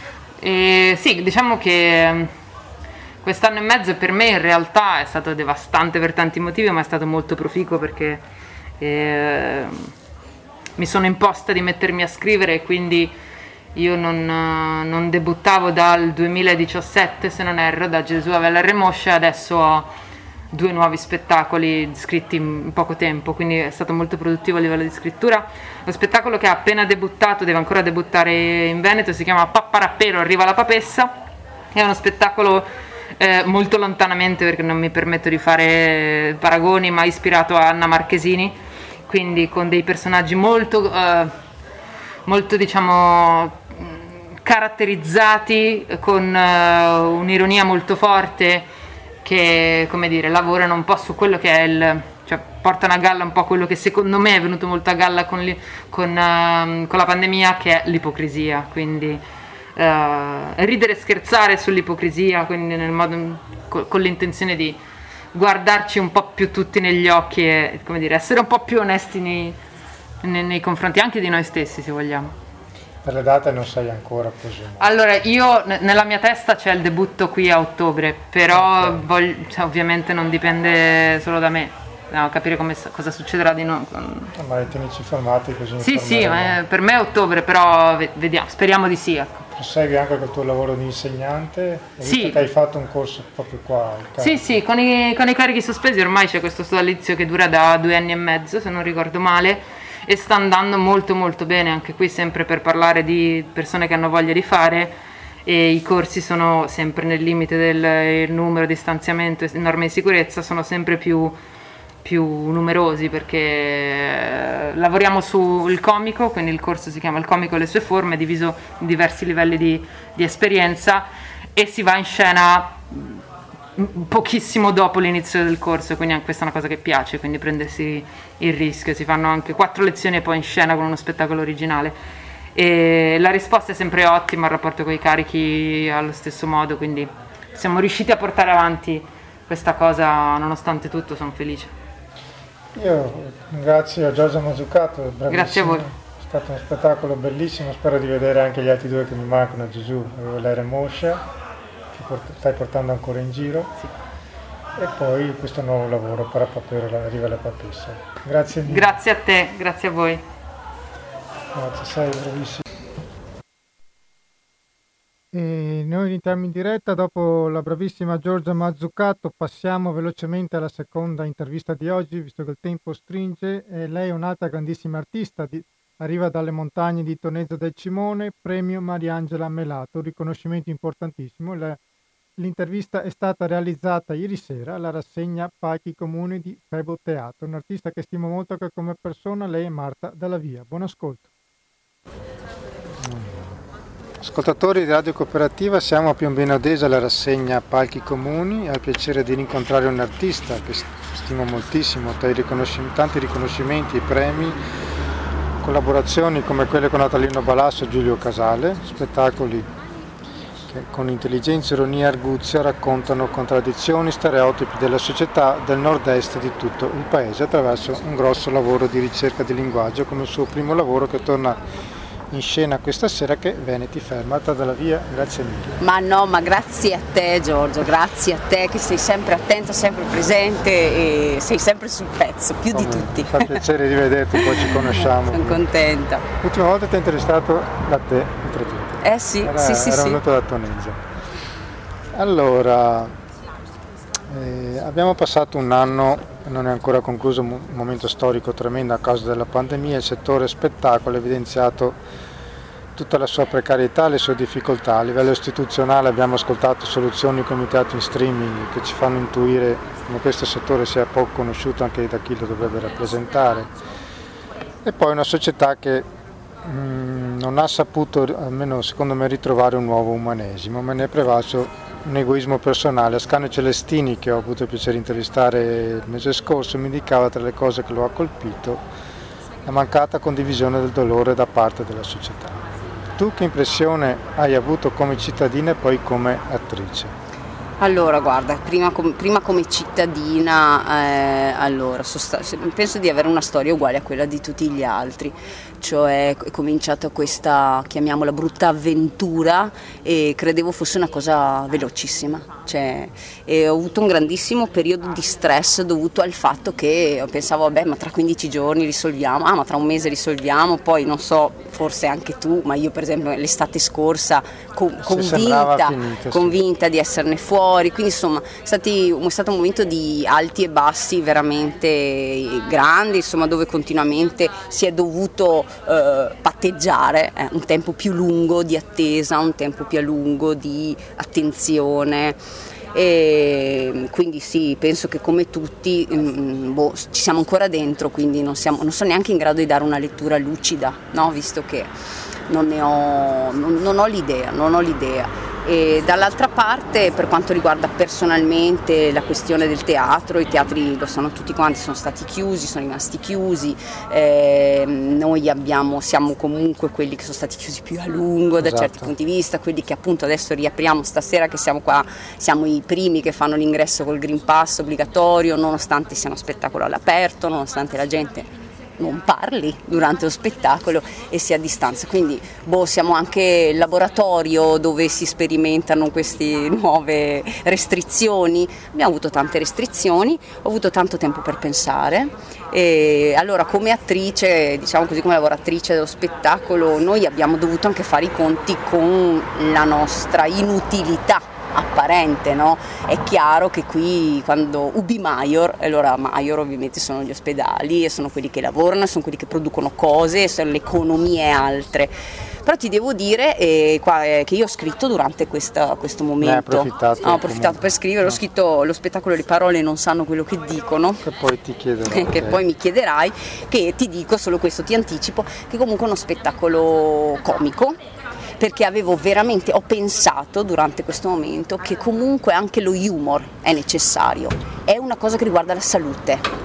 Eh, sì, diciamo che quest'anno e mezzo per me in realtà è stato devastante per tanti motivi, ma è stato molto proficuo perché eh, mi sono imposta di mettermi a scrivere, e quindi io non, non debuttavo dal duemiladiciassette, se non erro, da Gesù aveva la Moscia, adesso ho due nuovi spettacoli scritti in poco tempo, quindi è stato molto produttivo a livello di scrittura. Lo spettacolo che ha appena debuttato, deve ancora debuttare in Veneto, si chiama Papparappero, arriva la papessa. È uno spettacolo eh, molto lontanamente, perché non mi permetto di fare paragoni, ma ispirato a Anna Marchesini, quindi con dei personaggi molto eh, molto diciamo caratterizzati, con eh, un'ironia molto forte, che, come dire, lavorano un po' su quello che è il, cioè portano a galla un po' quello che secondo me è venuto molto a galla con, li, con, uh, con la pandemia, che è l'ipocrisia, quindi uh, ridere e scherzare sull'ipocrisia, quindi nel modo, con, con l'intenzione di guardarci un po' più tutti negli occhi e, come dire, essere un po' più onesti nei, nei, nei confronti anche di noi stessi, se vogliamo. Per le date non sai ancora, presumo. Allora, io n- nella mia testa c'è il debutto qui a ottobre, però okay. voglio, cioè, ovviamente non dipende solo da me, no, capire come, cosa succederà di noi. No, ma tienici informati così. Sì, sì, eh, per me è ottobre, però vediamo, speriamo di sì. Ecco. Prosegui anche col tuo lavoro di insegnante? Ho sì. visto che hai fatto un corso proprio qua. Sì, sì, con i, con i carichi sospesi ormai c'è questo sodalizio che dura da due anni e mezzo, se non ricordo male, e sta andando molto molto bene, anche qui sempre per parlare di persone che hanno voglia di fare, e i corsi sono sempre nel limite del numero di stanziamento e norme di sicurezza, sono sempre più, più numerosi, perché lavoriamo sul comico, quindi il corso si chiama Il comico e le sue forme, diviso in diversi livelli di, di esperienza, e si va in scena pochissimo dopo l'inizio del corso, quindi anche questa è una cosa che piace, quindi prendersi il rischio, si fanno anche quattro lezioni e poi in scena con uno spettacolo originale, e la risposta è sempre ottima, il rapporto con i carichi allo stesso modo, quindi siamo riusciti a portare avanti questa cosa nonostante tutto, sono felice. Io ringrazio Giorgio Mazzucato, bravissimo. Grazie a voi. È stato uno spettacolo bellissimo, spero di vedere anche gli altri due che mi mancano, Gesù e Lere Moscia, che port- stai portando ancora in giro. Sì. E poi questo nuovo lavoro, Parapapero, la Riva la Papessa. Grazie mille. Grazie a te, grazie a voi. Grazie, sei bravissimo. E noi entriamo in diretta dopo la bravissima Giorgia Mazzucato, passiamo velocemente alla seconda intervista di oggi, visto che il tempo stringe. E lei è un'altra grandissima artista, di, arriva dalle montagne di Tonezza del Cimone, premio Mariangela Melato, un riconoscimento importantissimo. La, l'intervista è stata realizzata ieri sera alla rassegna Palchi Comuni di Febo Teatro. Un artista che stimo molto anche come persona, lei è Marta Dalla Via. Buon ascolto. Ascoltatori di Radio Cooperativa, siamo a Piombino Dese alla rassegna Palchi Comuni. Ho il piacere di rincontrare un artista che stimo moltissimo, tra i riconoscimenti, tanti riconoscimenti e premi, collaborazioni come quelle con Natalino Balasso e Giulio Casale, spettacoli che con intelligenza, ironia e arguzia raccontano contraddizioni, stereotipi della società del nord-est e di tutto il paese attraverso un grosso lavoro di ricerca di linguaggio come il suo primo lavoro che torna in scena questa sera, che Veneti Fair. Marta Dalla Via, grazie mille. Ma no, ma grazie a te Giorgio, grazie a te che sei sempre attento, sempre presente e sei sempre sul pezzo, più Come, di tutti. Fa piacere di vederti, poi ci conosciamo. Sono contenta. L'ultima volta ti ho intervistato da te, oltretutto. Eh sì, era, sì, sì. Era sì. venuto da Tonezza. Allora, eh, abbiamo passato un anno, non è ancora concluso, un momento storico tremendo a causa della pandemia. Il settore spettacolo ha evidenziato tutta la sua precarietà, le sue difficoltà. A livello istituzionale abbiamo ascoltato soluzioni come il teatro in streaming che ci fanno intuire come questo settore sia poco conosciuto anche da chi lo dovrebbe rappresentare. E poi una società che mh, non ha saputo, almeno secondo me, ritrovare un nuovo umanesimo, ma ne è prevalso un egoismo personale. Ascanio Celestini, che ho avuto il piacere di intervistare il mese scorso, mi indicava tra le cose che lo ha colpito la mancata condivisione del dolore da parte della società. Tu che impressione hai avuto come cittadina e poi come attrice? Allora, guarda, prima, com- prima come cittadina, eh, allora, sosta- penso di avere una storia uguale a quella di tutti gli altri, cioè è cominciata questa, chiamiamola, brutta avventura e credevo fosse una cosa velocissima, cioè, e ho avuto un grandissimo periodo di stress dovuto al fatto che pensavo, vabbè, ma tra quindici giorni risolviamo, ah ma tra un mese risolviamo, poi non so, forse anche tu, ma io per esempio l'estate scorsa co- convinta, finita, convinta sì. di esserne fuori. Quindi insomma è, stati, è stato un momento di alti e bassi veramente grandi, insomma, dove continuamente si è dovuto eh, patteggiare eh, un tempo più lungo di attesa, un tempo più a lungo di attenzione. E quindi sì, penso che come tutti mh, boh, ci siamo ancora dentro, quindi non, siamo, non sono neanche in grado di dare una lettura lucida, no? Visto che non ne ho, non, non ho l'idea, non ho l'idea. E dall'altra parte, per quanto riguarda personalmente la questione del teatro, i teatri lo sanno tutti quanti, sono stati chiusi, sono rimasti chiusi, eh, noi abbiamo, siamo comunque quelli che sono stati chiusi più a lungo da esatto. certi punti di vista, quelli che appunto adesso riapriamo stasera, che siamo qua, siamo i primi che fanno l'ingresso col Green Pass obbligatorio, nonostante sia uno spettacolo all'aperto, nonostante la gente non parli durante lo spettacolo e sia a distanza, quindi boh, siamo anche il laboratorio dove si sperimentano queste nuove restrizioni. Abbiamo avuto tante restrizioni, ho avuto tanto tempo per pensare e allora come attrice, diciamo così, come lavoratrice dello spettacolo, noi abbiamo dovuto anche fare i conti con la nostra inutilità apparente, no? È chiaro che qui quando Ubi Maior, allora Maior ovviamente sono gli ospedali e sono quelli che lavorano, sono quelli che producono cose, sono le economie altre. Però ti devo dire eh, qua, eh, che io ho scritto durante questa, questo momento, ho approfittato, ho approfittato per scrivere, no. Ho scritto lo spettacolo Le parole non sanno quello che dicono, che poi ti chiederò, che okay. poi mi chiederai, che ti dico solo questo, ti anticipo, che comunque è uno spettacolo comico, perché avevo veramente, ho pensato durante questo momento che comunque anche lo humor è necessario, è una cosa che riguarda la salute.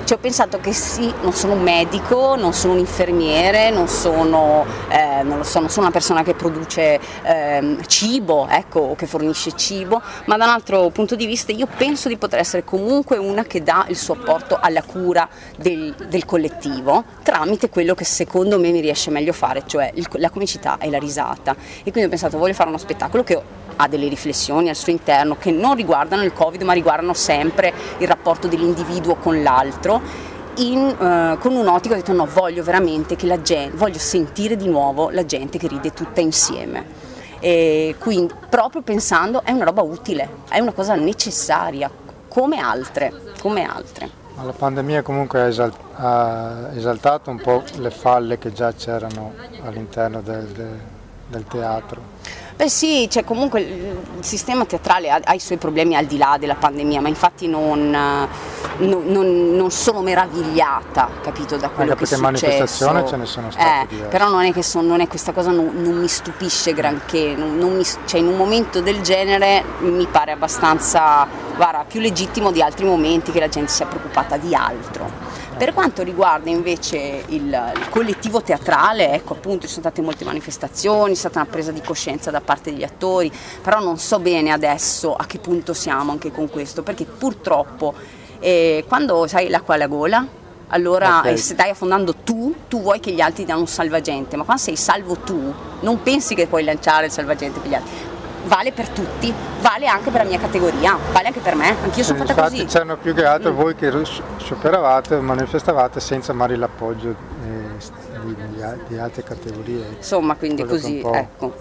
Cioè ho pensato che sì, non sono un medico, non sono un infermiere, non sono, eh, non lo so, non sono una persona che produce eh, cibo, ecco, o che fornisce cibo, ma da un altro punto di vista io penso di poter essere comunque una che dà il suo apporto alla cura del, del collettivo tramite quello che secondo me mi riesce meglio fare, cioè il, la comicità e la risata. E quindi ho pensato, voglio fare uno spettacolo che ha delle riflessioni al suo interno che non riguardano il Covid, ma riguardano sempre il rapporto dell'individuo con l'altro, in, uh, con un'ottica. Ho detto no, voglio veramente che la gente, voglio sentire di nuovo la gente che ride tutta insieme. E quindi proprio pensando è una roba utile, è una cosa necessaria, come altre, come altre. La pandemia comunque ha, esalt- ha esaltato un po' le falle che già c'erano all'interno del, del, del teatro. Beh sì, cioè comunque il sistema teatrale ha, ha i suoi problemi al di là della pandemia, ma infatti non, non, non, non sono meravigliata, capito, da quello Anche che è successo. perché manifestazioni ce ne sono state eh, diverse. Però non è che son, non è questa cosa, non, non mi stupisce granché, non, non mi, cioè in un momento del genere mi pare abbastanza, guarda, più legittimo di altri momenti che la gente sia preoccupata di altro. Per quanto riguarda invece il, il collettivo teatrale, ecco appunto ci sono state molte manifestazioni, è stata una presa di coscienza da parte degli attori, però non so bene adesso a che punto siamo anche con questo, perché purtroppo eh, quando sai l'acqua alla gola, allora okay. eh, se stai affondando tu, tu vuoi che gli altri diano un salvagente, ma quando sei salvo tu non pensi che puoi lanciare il salvagente per gli altri. Vale per tutti, vale anche per la mia categoria, vale anche per me, anch'io sono fatta infatti così. C'erano più che altro mm. voi che scioperavate, manifestavate senza magari l'appoggio eh, di, di, di altre categorie. Insomma, quindi così, ecco.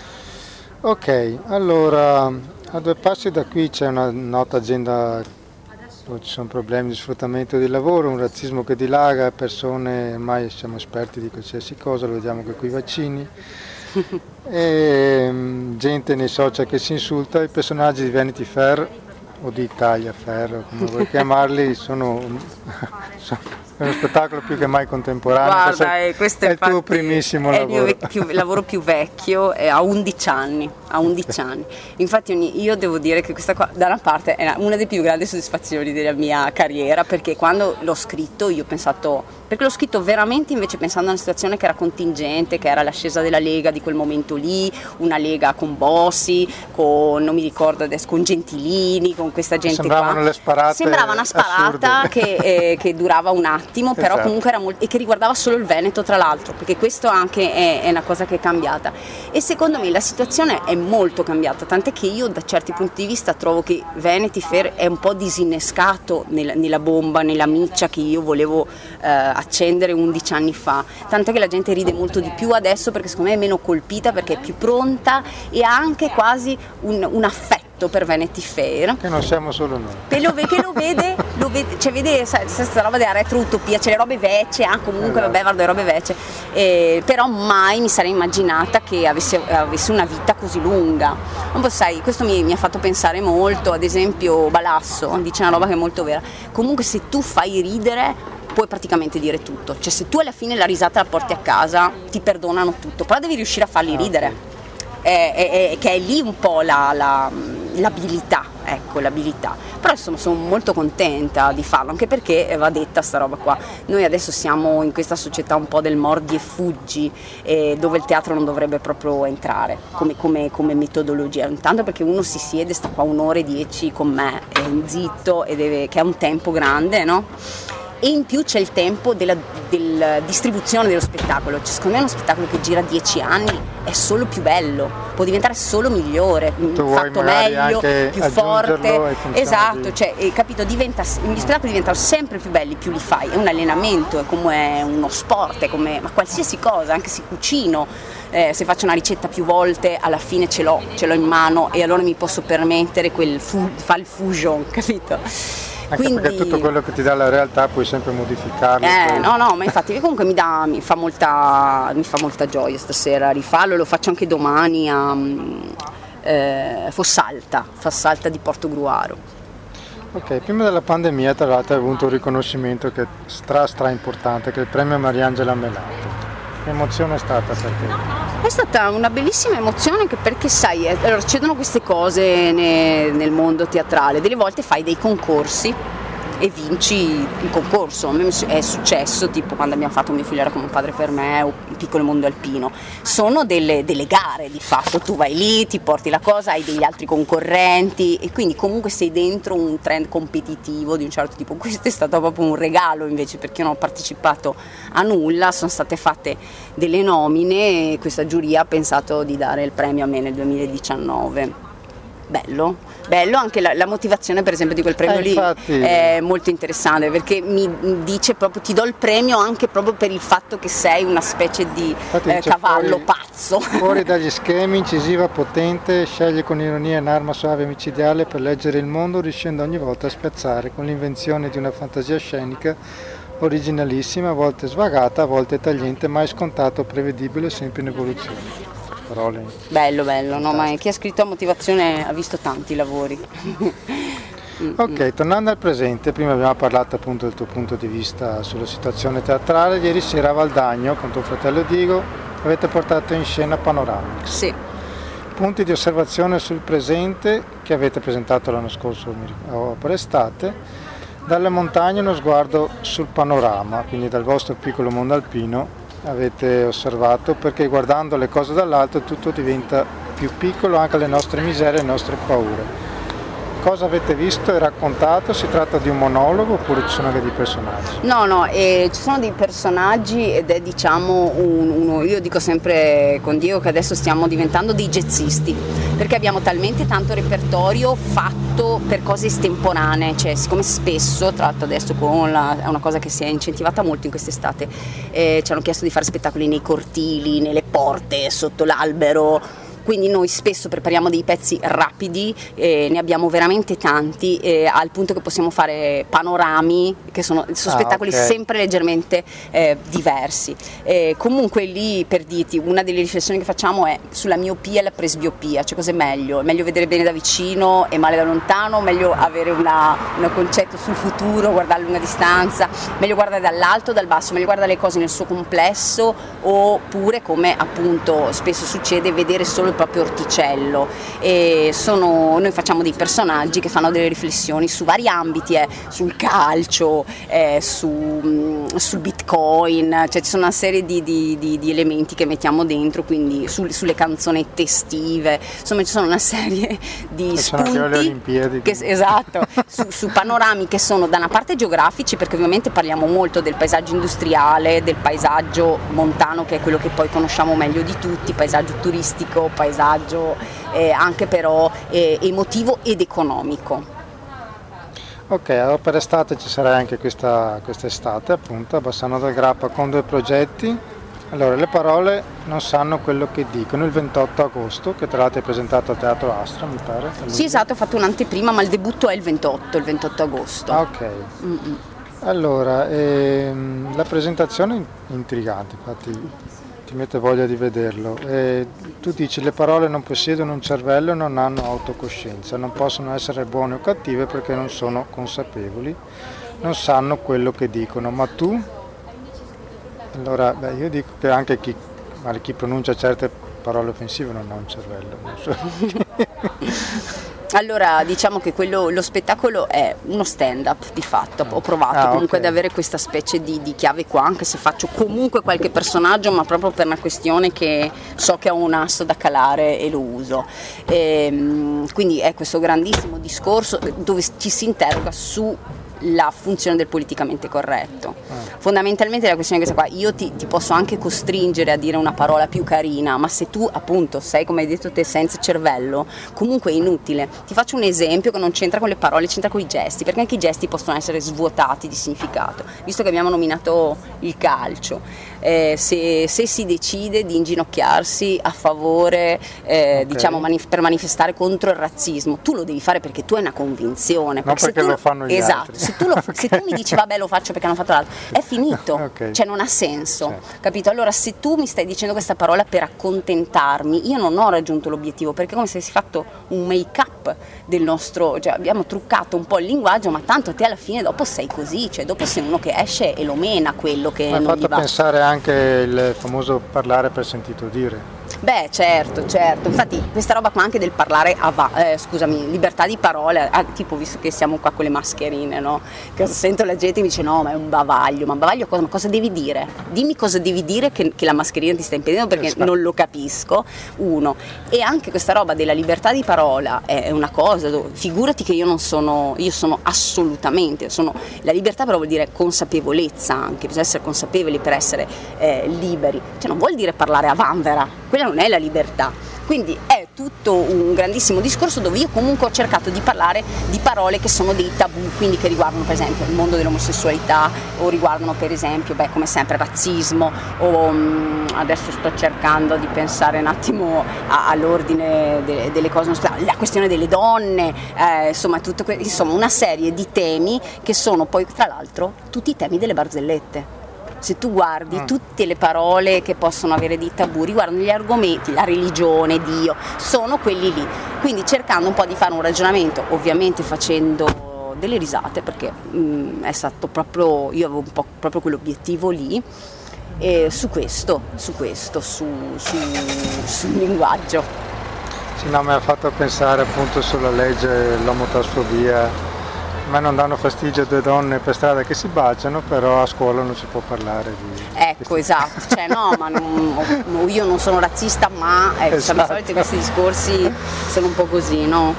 Ok, allora a due passi da qui c'è una nota azienda dove ci sono problemi di sfruttamento di lavoro, un razzismo che dilaga, persone, ormai siamo esperti di qualsiasi cosa, lo vediamo anche con i vaccini. E gente nei social che si insulta. I personaggi di Vanity Fair o di Italia Fair, come vuoi chiamarli, sono, sono è uno spettacolo più che mai contemporaneo. Guarda, questo, questo è il tuo primissimo è lavoro. È il mio più, lavoro più vecchio, è a undici anni, a undici anni. Infatti io devo dire che questa qua da una parte è una delle più grandi soddisfazioni della mia carriera, perché quando l'ho scritto io ho pensato, perché l'ho scritto veramente invece pensando a una situazione che era contingente, che era l'ascesa della Lega di quel momento lì, una Lega con Bossi, con, non mi ricordo adesso, con Gentilini, con questa gente Sembravano qua. Le sparate Sembrava una sparata che, eh, che durava un attimo, però esatto. comunque era molto, e che riguardava solo il Veneto tra l'altro, perché questo anche è, è una cosa che è cambiata. E secondo me la situazione è molto cambiata, tant'è che io da certi punti di vista trovo che Vanity Fair è un po' disinnescato nella, nella bomba, nella miccia che io volevo eh, accendere undici anni fa, tant'è che la gente ride molto di più adesso perché secondo me è meno colpita, perché è più pronta e ha anche quasi un, un affetto per Vanity Fair, che non siamo solo noi, che lo, che lo vede, lo vede, cioè vede questa roba della retro-utopia, c'è le robe vecchie, ah, comunque esatto. vabbè guarda le robe vecchie, eh, però mai mi sarei immaginata che avesse, avesse una vita così lunga. Un po' sai, questo mi, mi ha fatto pensare molto, ad esempio Balasso dice una roba che è molto vera, comunque se tu fai ridere puoi praticamente dire tutto, cioè se tu alla fine la risata la porti a casa ti perdonano tutto, però devi riuscire a farli ridere. È, è, è, che è lì un po' la, la, l'abilità, ecco l'abilità, però insomma sono molto contenta di farlo, anche perché va detta sta roba qua, noi adesso siamo in questa società un po' del mordi e fuggi, eh, dove il teatro non dovrebbe proprio entrare come, come, come metodologia, intanto perché uno si siede, sta qua un'ora e dieci con me, è zitto, e deve, che è un tempo grande, no? E in più c'è il tempo della, della distribuzione dello spettacolo, cioè, secondo me uno spettacolo che gira dieci anni è solo più bello, può diventare solo migliore, tu fatto meglio, più forte, esatto, di... cioè, capito, diventa, gli spettacoli diventano sempre più belli più li fai, è un allenamento, è come uno sport, è come ma qualsiasi cosa, anche se cucino, eh, se faccio una ricetta più volte alla fine ce l'ho, ce l'ho in mano e allora mi posso permettere quel fu, fa il fusion, capito? Anche Quindi, perché tutto quello che ti dà la realtà puoi sempre modificarlo. Eh, poi... no, no, ma infatti comunque mi, dà, mi, fa molta, mi fa molta gioia stasera rifarlo, lo faccio anche domani a eh, Fossalta, Fossalta di Portogruaro. Ok, prima della pandemia tra l'altro hai avuto un riconoscimento che è stra stra importante, che è il premio Mariangela Melato. Che emozione è stata per te? È stata una bellissima emozione perché sai, allora, succedono queste cose ne, nel mondo teatrale, delle volte fai dei concorsi e vinci il concorso. A me è successo tipo quando abbiamo fatto Mio figlio era come un padre per me o Il piccolo mondo alpino. Sono delle, delle gare di fatto, tu vai lì, ti porti la cosa, hai degli altri concorrenti e quindi comunque sei dentro un trend competitivo di un certo tipo. Questo è stato proprio un regalo invece, perché io non ho partecipato a nulla, sono state fatte delle nomine e questa giuria ha pensato di dare il premio a me nel duemiladiciannove. Bello, bello anche la, la motivazione per esempio di quel premio eh, lì infatti... è molto interessante, perché mi dice proprio ti do il premio anche proprio per il fatto che sei una specie di eh, cavallo fuori, pazzo. Fuori dagli schemi, incisiva, potente, sceglie con ironia un'arma suave e micidiale per leggere il mondo, riuscendo ogni volta a spiazzare con l'invenzione di una fantasia scenica originalissima, a volte svagata, a volte tagliente, mai scontato, prevedibile, sempre in evoluzione. Parole. Bello, bello, no, ma chi ha scritto a motivazione ha visto tanti lavori. Ok, tornando al presente, prima abbiamo parlato appunto del tuo punto di vista sulla situazione teatrale. Ieri sera a Valdagno con tuo fratello Diego avete portato in scena Panoramics. Sì. Punti di osservazione sul presente che avete presentato l'anno scorso per estate. Dalle montagne uno sguardo sul panorama, quindi dal vostro piccolo mondo alpino avete osservato, perché guardando le cose dall'alto tutto diventa più piccolo, anche le nostre miserie e le nostre paure. Cosa avete visto e raccontato? Si tratta di un monologo oppure ci sono anche dei personaggi? No, no, eh, ci sono dei personaggi ed è diciamo un, uno, io dico sempre con Diego che adesso stiamo diventando dei jazzisti, perché abbiamo talmente tanto repertorio fatto per cose estemporanee, cioè siccome spesso, tra l'altro adesso con la, è una cosa che si è incentivata molto in quest'estate, eh, ci hanno chiesto di fare spettacoli nei cortili, nelle porte, sotto l'albero. Quindi noi spesso prepariamo dei pezzi rapidi, eh, ne abbiamo veramente tanti, eh, al punto che possiamo fare panorami, che sono, sono ah, spettacoli okay. sempre leggermente eh, diversi. Eh, comunque lì, per dirti, una delle riflessioni che facciamo è sulla miopia e la presbiopia, cioè cos'è meglio? È meglio vedere bene da vicino e male da lontano, meglio avere una, un concetto sul futuro, guardare a lunga distanza, meglio guardare dall'alto o dal basso, meglio guardare le cose nel suo complesso, oppure, come appunto spesso succede, vedere solo proprio orticello. E sono, noi facciamo dei personaggi che fanno delle riflessioni su vari ambiti, eh, sul calcio, eh, su, sul bitcoin, cioè ci sono una serie di, di, di, di elementi che mettiamo dentro, quindi sul, sulle canzonette estive, insomma ci sono una serie di e spunti sono le Olimpiadi, che, esatto, su, su panorami che sono da una parte geografici, perché ovviamente parliamo molto del paesaggio industriale, del paesaggio montano che è quello che poi conosciamo meglio di tutti, paesaggio turistico, paesaggio eh, anche però eh, emotivo ed economico. Ok, allora per estate ci sarà anche questa quest'estate appunto a Bassano del Grappa con due progetti. Allora, le parole non sanno quello che dicono, il ventotto agosto, che tra l'altro è presentato al Teatro Astra, mi pare. Sì, esatto, ho fatto un'anteprima, ma il debutto è il ventotto, il ventotto agosto. Ah, ok. Mm-mm. Allora, ehm, la presentazione è intrigante, infatti ti mette voglia di vederlo. E tu dici le parole non possiedono un cervello e non hanno autocoscienza, non possono essere buone o cattive perché non sono consapevoli, non sanno quello che dicono, ma tu? Allora, beh, io dico che anche chi, chi pronuncia certe parole offensive non ha un cervello. Non so. Allora, diciamo che quello, lo spettacolo è uno stand-up di fatto, ho provato ah, comunque okay. ad avere questa specie di, di chiave qua, anche se faccio comunque qualche personaggio, ma proprio per una questione che so che ho un asso da calare e lo uso. E, quindi è questo grandissimo discorso dove ci si interroga su la funzione del politicamente corretto. Ah. Fondamentalmente la questione è questa qua, io ti, ti posso anche costringere a dire una parola più carina, ma se tu appunto sei, come hai detto te, senza cervello, comunque è inutile. Ti faccio un esempio che non c'entra con le parole, c'entra con i gesti, perché anche i gesti possono essere svuotati di significato, visto che abbiamo nominato il calcio. Eh, se, se si decide di inginocchiarsi a favore, eh, okay. diciamo manif- per manifestare contro il razzismo, tu lo devi fare perché tu hai una convinzione. Non perché, perché lo fanno gli esatto, altri. Se tu, lo, se tu mi dici vabbè lo faccio perché hanno fatto l'altro, è finito, okay. cioè non ha senso, certo. capito? Allora se tu mi stai dicendo questa parola per accontentarmi, io non ho raggiunto l'obiettivo, perché è come se avessi fatto un make up del nostro, cioè abbiamo truccato un po' il linguaggio, ma tanto te alla fine dopo sei così, cioè dopo sei uno che esce e lo mena quello che ma non gli va. Mi ha fatto pensare anche il famoso parlare per sentito dire. Beh, certo, certo, infatti questa roba qua anche del parlare, ava- eh, scusami, libertà di parole, ah, tipo visto che siamo qua con le mascherine, no? Che sento la gente e mi dice no, ma è un bavaglio, ma bavaglio cosa? Ma cosa devi dire? Dimmi cosa devi dire che, che la mascherina ti sta impedendo perché esatto. Non lo capisco, uno. E anche questa roba della libertà di parola è una cosa, figurati che io non sono, io sono assolutamente, sono, la libertà però vuol dire consapevolezza anche, bisogna essere consapevoli per essere eh, liberi, cioè non vuol dire parlare a vanvera, quella non è la libertà, quindi è tutto un grandissimo discorso dove io comunque ho cercato di parlare di parole che sono dei tabù, quindi che riguardano per esempio il mondo dell'omosessualità o riguardano per esempio, beh come sempre razzismo o mh, adesso sto cercando di pensare un attimo a, all'ordine de, delle cose, la questione delle donne, eh, insomma, tutto, insomma una serie di temi che sono poi tra l'altro tutti i temi delle barzellette. Se tu guardi mm. tutte le parole che possono avere dei tabù riguardano gli argomenti, la religione, Dio, sono quelli lì. Quindi cercando un po' di fare un ragionamento, ovviamente facendo delle risate, perché mh, è stato proprio, io avevo un po' proprio quell'obiettivo lì, e su questo, su questo, su, su, sul linguaggio. Sì, no, mi ha fatto pensare appunto sulla legge l'omotrasfobia. Ma non danno fastidio due donne per strada che si baciano, però a scuola non si può parlare di... Ecco, esatto, cioè no, ma non, io non sono razzista, ma ecco, esatto. Di solito questi discorsi sono un po' così, no?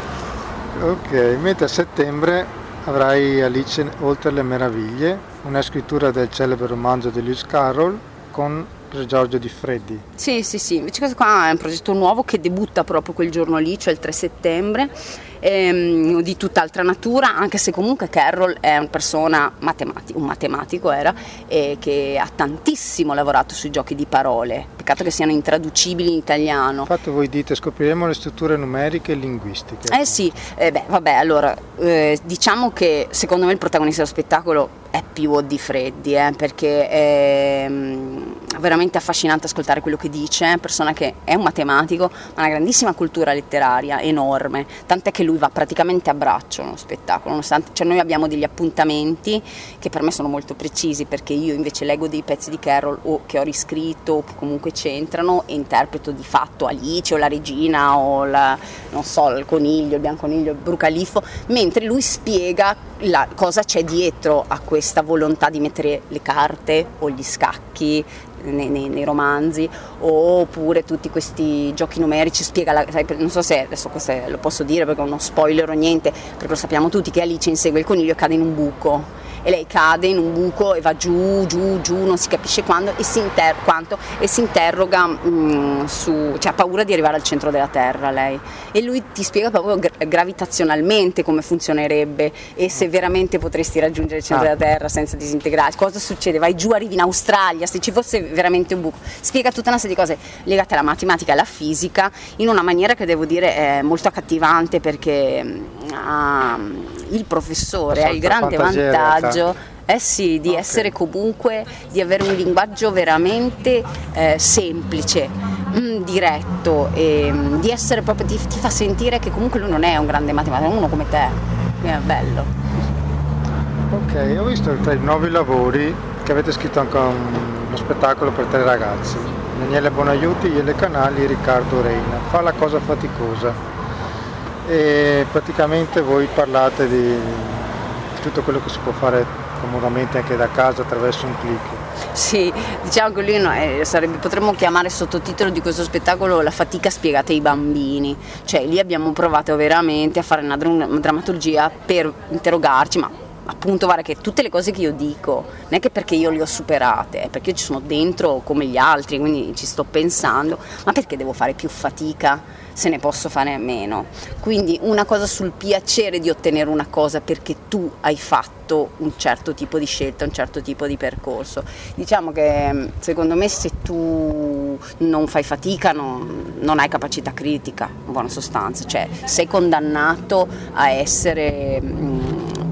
Ok, mentre a settembre avrai Alice oltre le meraviglie, una scrittura del celebre romanzo di Lewis Carroll con Giorgio Di Freddi. Sì, sì, sì, invece questo qua è un progetto nuovo che debutta proprio quel giorno lì, cioè il tre settembre, ehm, di tutt'altra natura, anche se comunque Carroll è una persona matematica, un matematico era, e che ha tantissimo lavorato sui giochi di parole, peccato che siano intraducibili in italiano. Infatti voi dite scopriremo le strutture numeriche e linguistiche. Eh sì, eh beh, vabbè, allora, eh, diciamo che secondo me il protagonista dello spettacolo è più Di Freddi, eh, perché è veramente affascinante ascoltare quello che dice, persona che è un matematico, ma una grandissima cultura letteraria, enorme, tant'è che lui va praticamente a braccio nello spettacolo, nonostante, cioè noi abbiamo degli appuntamenti che per me sono molto precisi, perché io invece leggo dei pezzi di Carroll o che ho riscritto o che comunque c'entrano e interpreto di fatto Alice o la regina o la, non so, il coniglio, il bianconiglio, il brucaliffo, mentre lui spiega la, cosa c'è dietro a questa volontà di mettere le carte o gli scacchi Nei, nei, nei romanzi, oppure tutti questi giochi numerici, spiega la, non so se adesso questo è, lo posso dire perché è uno spoiler o niente, perché lo sappiamo tutti che Alice insegue il coniglio e cade in un buco e lei cade in un buco e va giù, giù, giù, non si capisce quando e si, inter- quanto, e si interroga mh, su, cioè ha paura di arrivare al centro della Terra lei, e lui ti spiega proprio gra- gravitazionalmente come funzionerebbe e se veramente potresti raggiungere il centro ah. della Terra senza disintegrarti, cosa succede, vai giù, arrivi in Australia, se ci fosse veramente un buco, spiega tutta una serie di cose legate alla matematica e alla fisica in una maniera che devo dire è molto accattivante, perché uh, il professore ha il grande vantaggio eh sì, di okay. essere comunque, di avere un linguaggio veramente eh, semplice, mh, diretto, e mh, di essere proprio, ti, ti fa sentire che comunque lui non è un grande matematico, è uno come te, è bello. Ok, ho visto tra i nuovi lavori che avete scritto anche un, uno spettacolo per tre ragazzi, Daniele Bonaiuti, Iele Canali e Riccardo Reina, Fa la cosa faticosa, e praticamente voi parlate di tutto quello che si può fare comodamente anche da casa attraverso un click. Sì, diciamo che lì no, eh, sarebbe, potremmo chiamare sottotitolo di questo spettacolo La fatica spiegata ai bambini, cioè lì abbiamo provato veramente a fare una, una drammaturgia per interrogarci, ma appunto guarda che tutte le cose che io dico non è che perché io le ho superate, è perché io ci sono dentro come gli altri, quindi ci sto pensando, ma perché devo fare più fatica se ne posso fare meno? Quindi una cosa sul piacere di ottenere una cosa perché tu hai fatto un certo tipo di scelta, un certo tipo di percorso. Diciamo che secondo me se tu non fai fatica non, non hai capacità critica, in buona sostanza, cioè sei condannato a essere mh,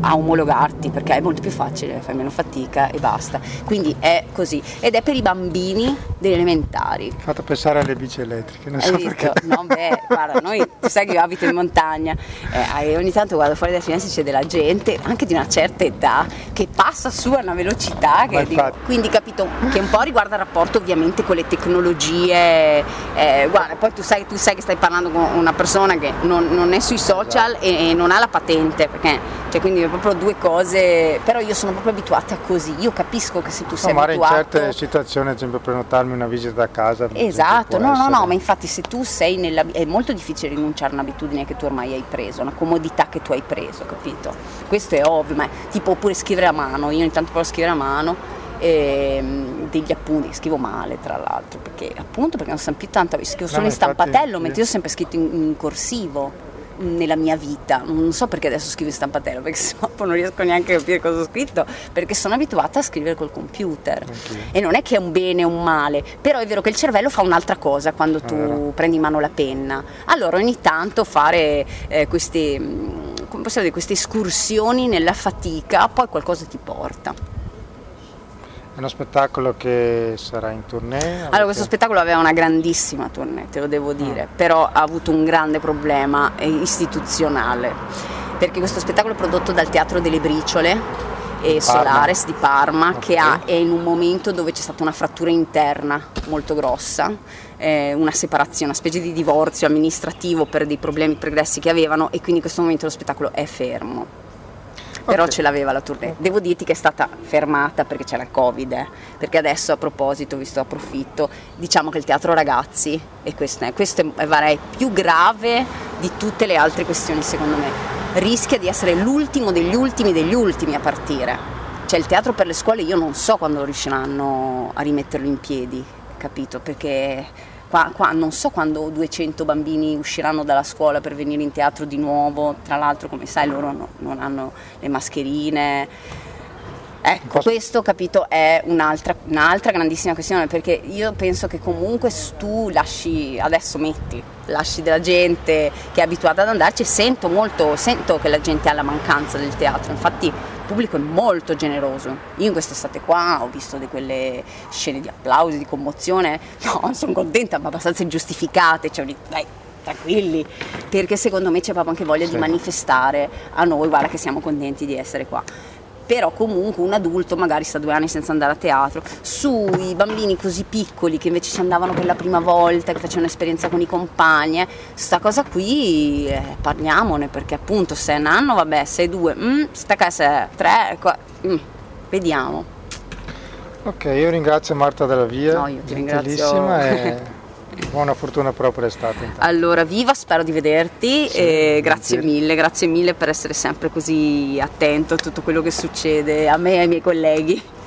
a omologarti, perché è molto più facile, fai meno fatica e basta. Quindi è così, ed è per i bambini delle elementari. Fatto pensare alle bici elettriche, non Hai so visto? perché. No, beh, guarda, noi, tu sai che io abito in montagna, eh, e ogni tanto guardo fuori dalla finestra, c'è della gente anche di una certa età che passa su a una velocità che dico, quindi capito che un po' riguarda il rapporto ovviamente con le tecnologie, eh, guarda, poi tu sai, tu sai che stai parlando con una persona che non, non è sui social, esatto, e, e non ha la patente, perché cioè, quindi è proprio due cose, però io sono proprio abituata così, io capisco che se tu sei no, abituato... in certe situazioni, ad esempio prenotarmi una visita a casa... Esatto, no, essere... no, no, ma infatti se tu sei nella... è molto difficile rinunciare a un'abitudine che tu ormai hai preso, una comodità che tu hai preso, capito? Questo è ovvio, ma tipo oppure scrivere a mano, io ogni tanto provo a scrivere a mano, ehm, degli appunti, scrivo male tra l'altro, perché appunto perché non sanno più tanto, scrivo solo no, in stampatello, infatti, mentre io ho sempre scritto in, in corsivo nella mia vita, non so perché adesso scrivo in stampatello, perché sennò non riesco neanche a capire cosa ho scritto, perché sono abituata a scrivere col computer, okay. E non è che è un bene o un male, però è vero che il cervello fa un'altra cosa quando tu allora. prendi in mano la penna, allora ogni tanto fare eh, queste, come possiamo dire, queste escursioni nella fatica, poi qualcosa ti porta. È uno spettacolo che sarà in tournée? Avete... Allora, questo spettacolo aveva una grandissima tournée, te lo devo dire, mm. però ha avuto un grande problema istituzionale, perché questo spettacolo è prodotto dal Teatro delle Briciole e Solares di Parma, okay. che ha, è in un momento dove c'è stata una frattura interna molto grossa, eh, una separazione, una specie di divorzio amministrativo per dei problemi pregressi che avevano, e quindi in questo momento lo spettacolo è fermo. Però okay. ce l'aveva la tournée. Devo dirti che è stata fermata perché c'era il Covid, eh. perché adesso a proposito, visto approfitto, diciamo che il teatro ragazzi, e questo è, questo è, è più grave di tutte le altre questioni secondo me, rischia di essere l'ultimo degli ultimi degli ultimi a partire. Cioè il teatro per le scuole io non so quando riusciranno a rimetterlo in piedi, capito? Perché... Qua, qua non so quando duecento bambini usciranno dalla scuola per venire in teatro di nuovo, tra l'altro come sai loro no, non hanno le mascherine, ecco questo capito è un'altra, un'altra grandissima questione, perché io penso che comunque tu lasci, adesso metti, lasci della gente che è abituata ad andarci, sento molto, sento che la gente ha la mancanza del teatro, infatti il pubblico è molto generoso. Io in quest'estate qua ho visto di quelle scene di applausi, di commozione, no, sono contenta, ma abbastanza ingiustificate, cioè, dai, tranquilli, perché secondo me c'è proprio anche voglia sì. di manifestare a noi, guarda che siamo contenti di essere qua. Però comunque un adulto magari sta due anni senza andare a teatro, sui bambini così piccoli che invece ci andavano per la prima volta, che facevano un'esperienza con i compagni, eh, sta cosa qui eh, parliamone, perché appunto se è un anno vabbè, se è due, mm, sta casa è tre, qua, mm, vediamo. Ok, io ringrazio Marta Della Via, no, io ti ringrazio. e buona fortuna però per l'estate. Intanto. Allora, viva, spero di vederti sì, e grazie mille, grazie mille per essere sempre così attento a tutto quello che succede a me e ai miei colleghi.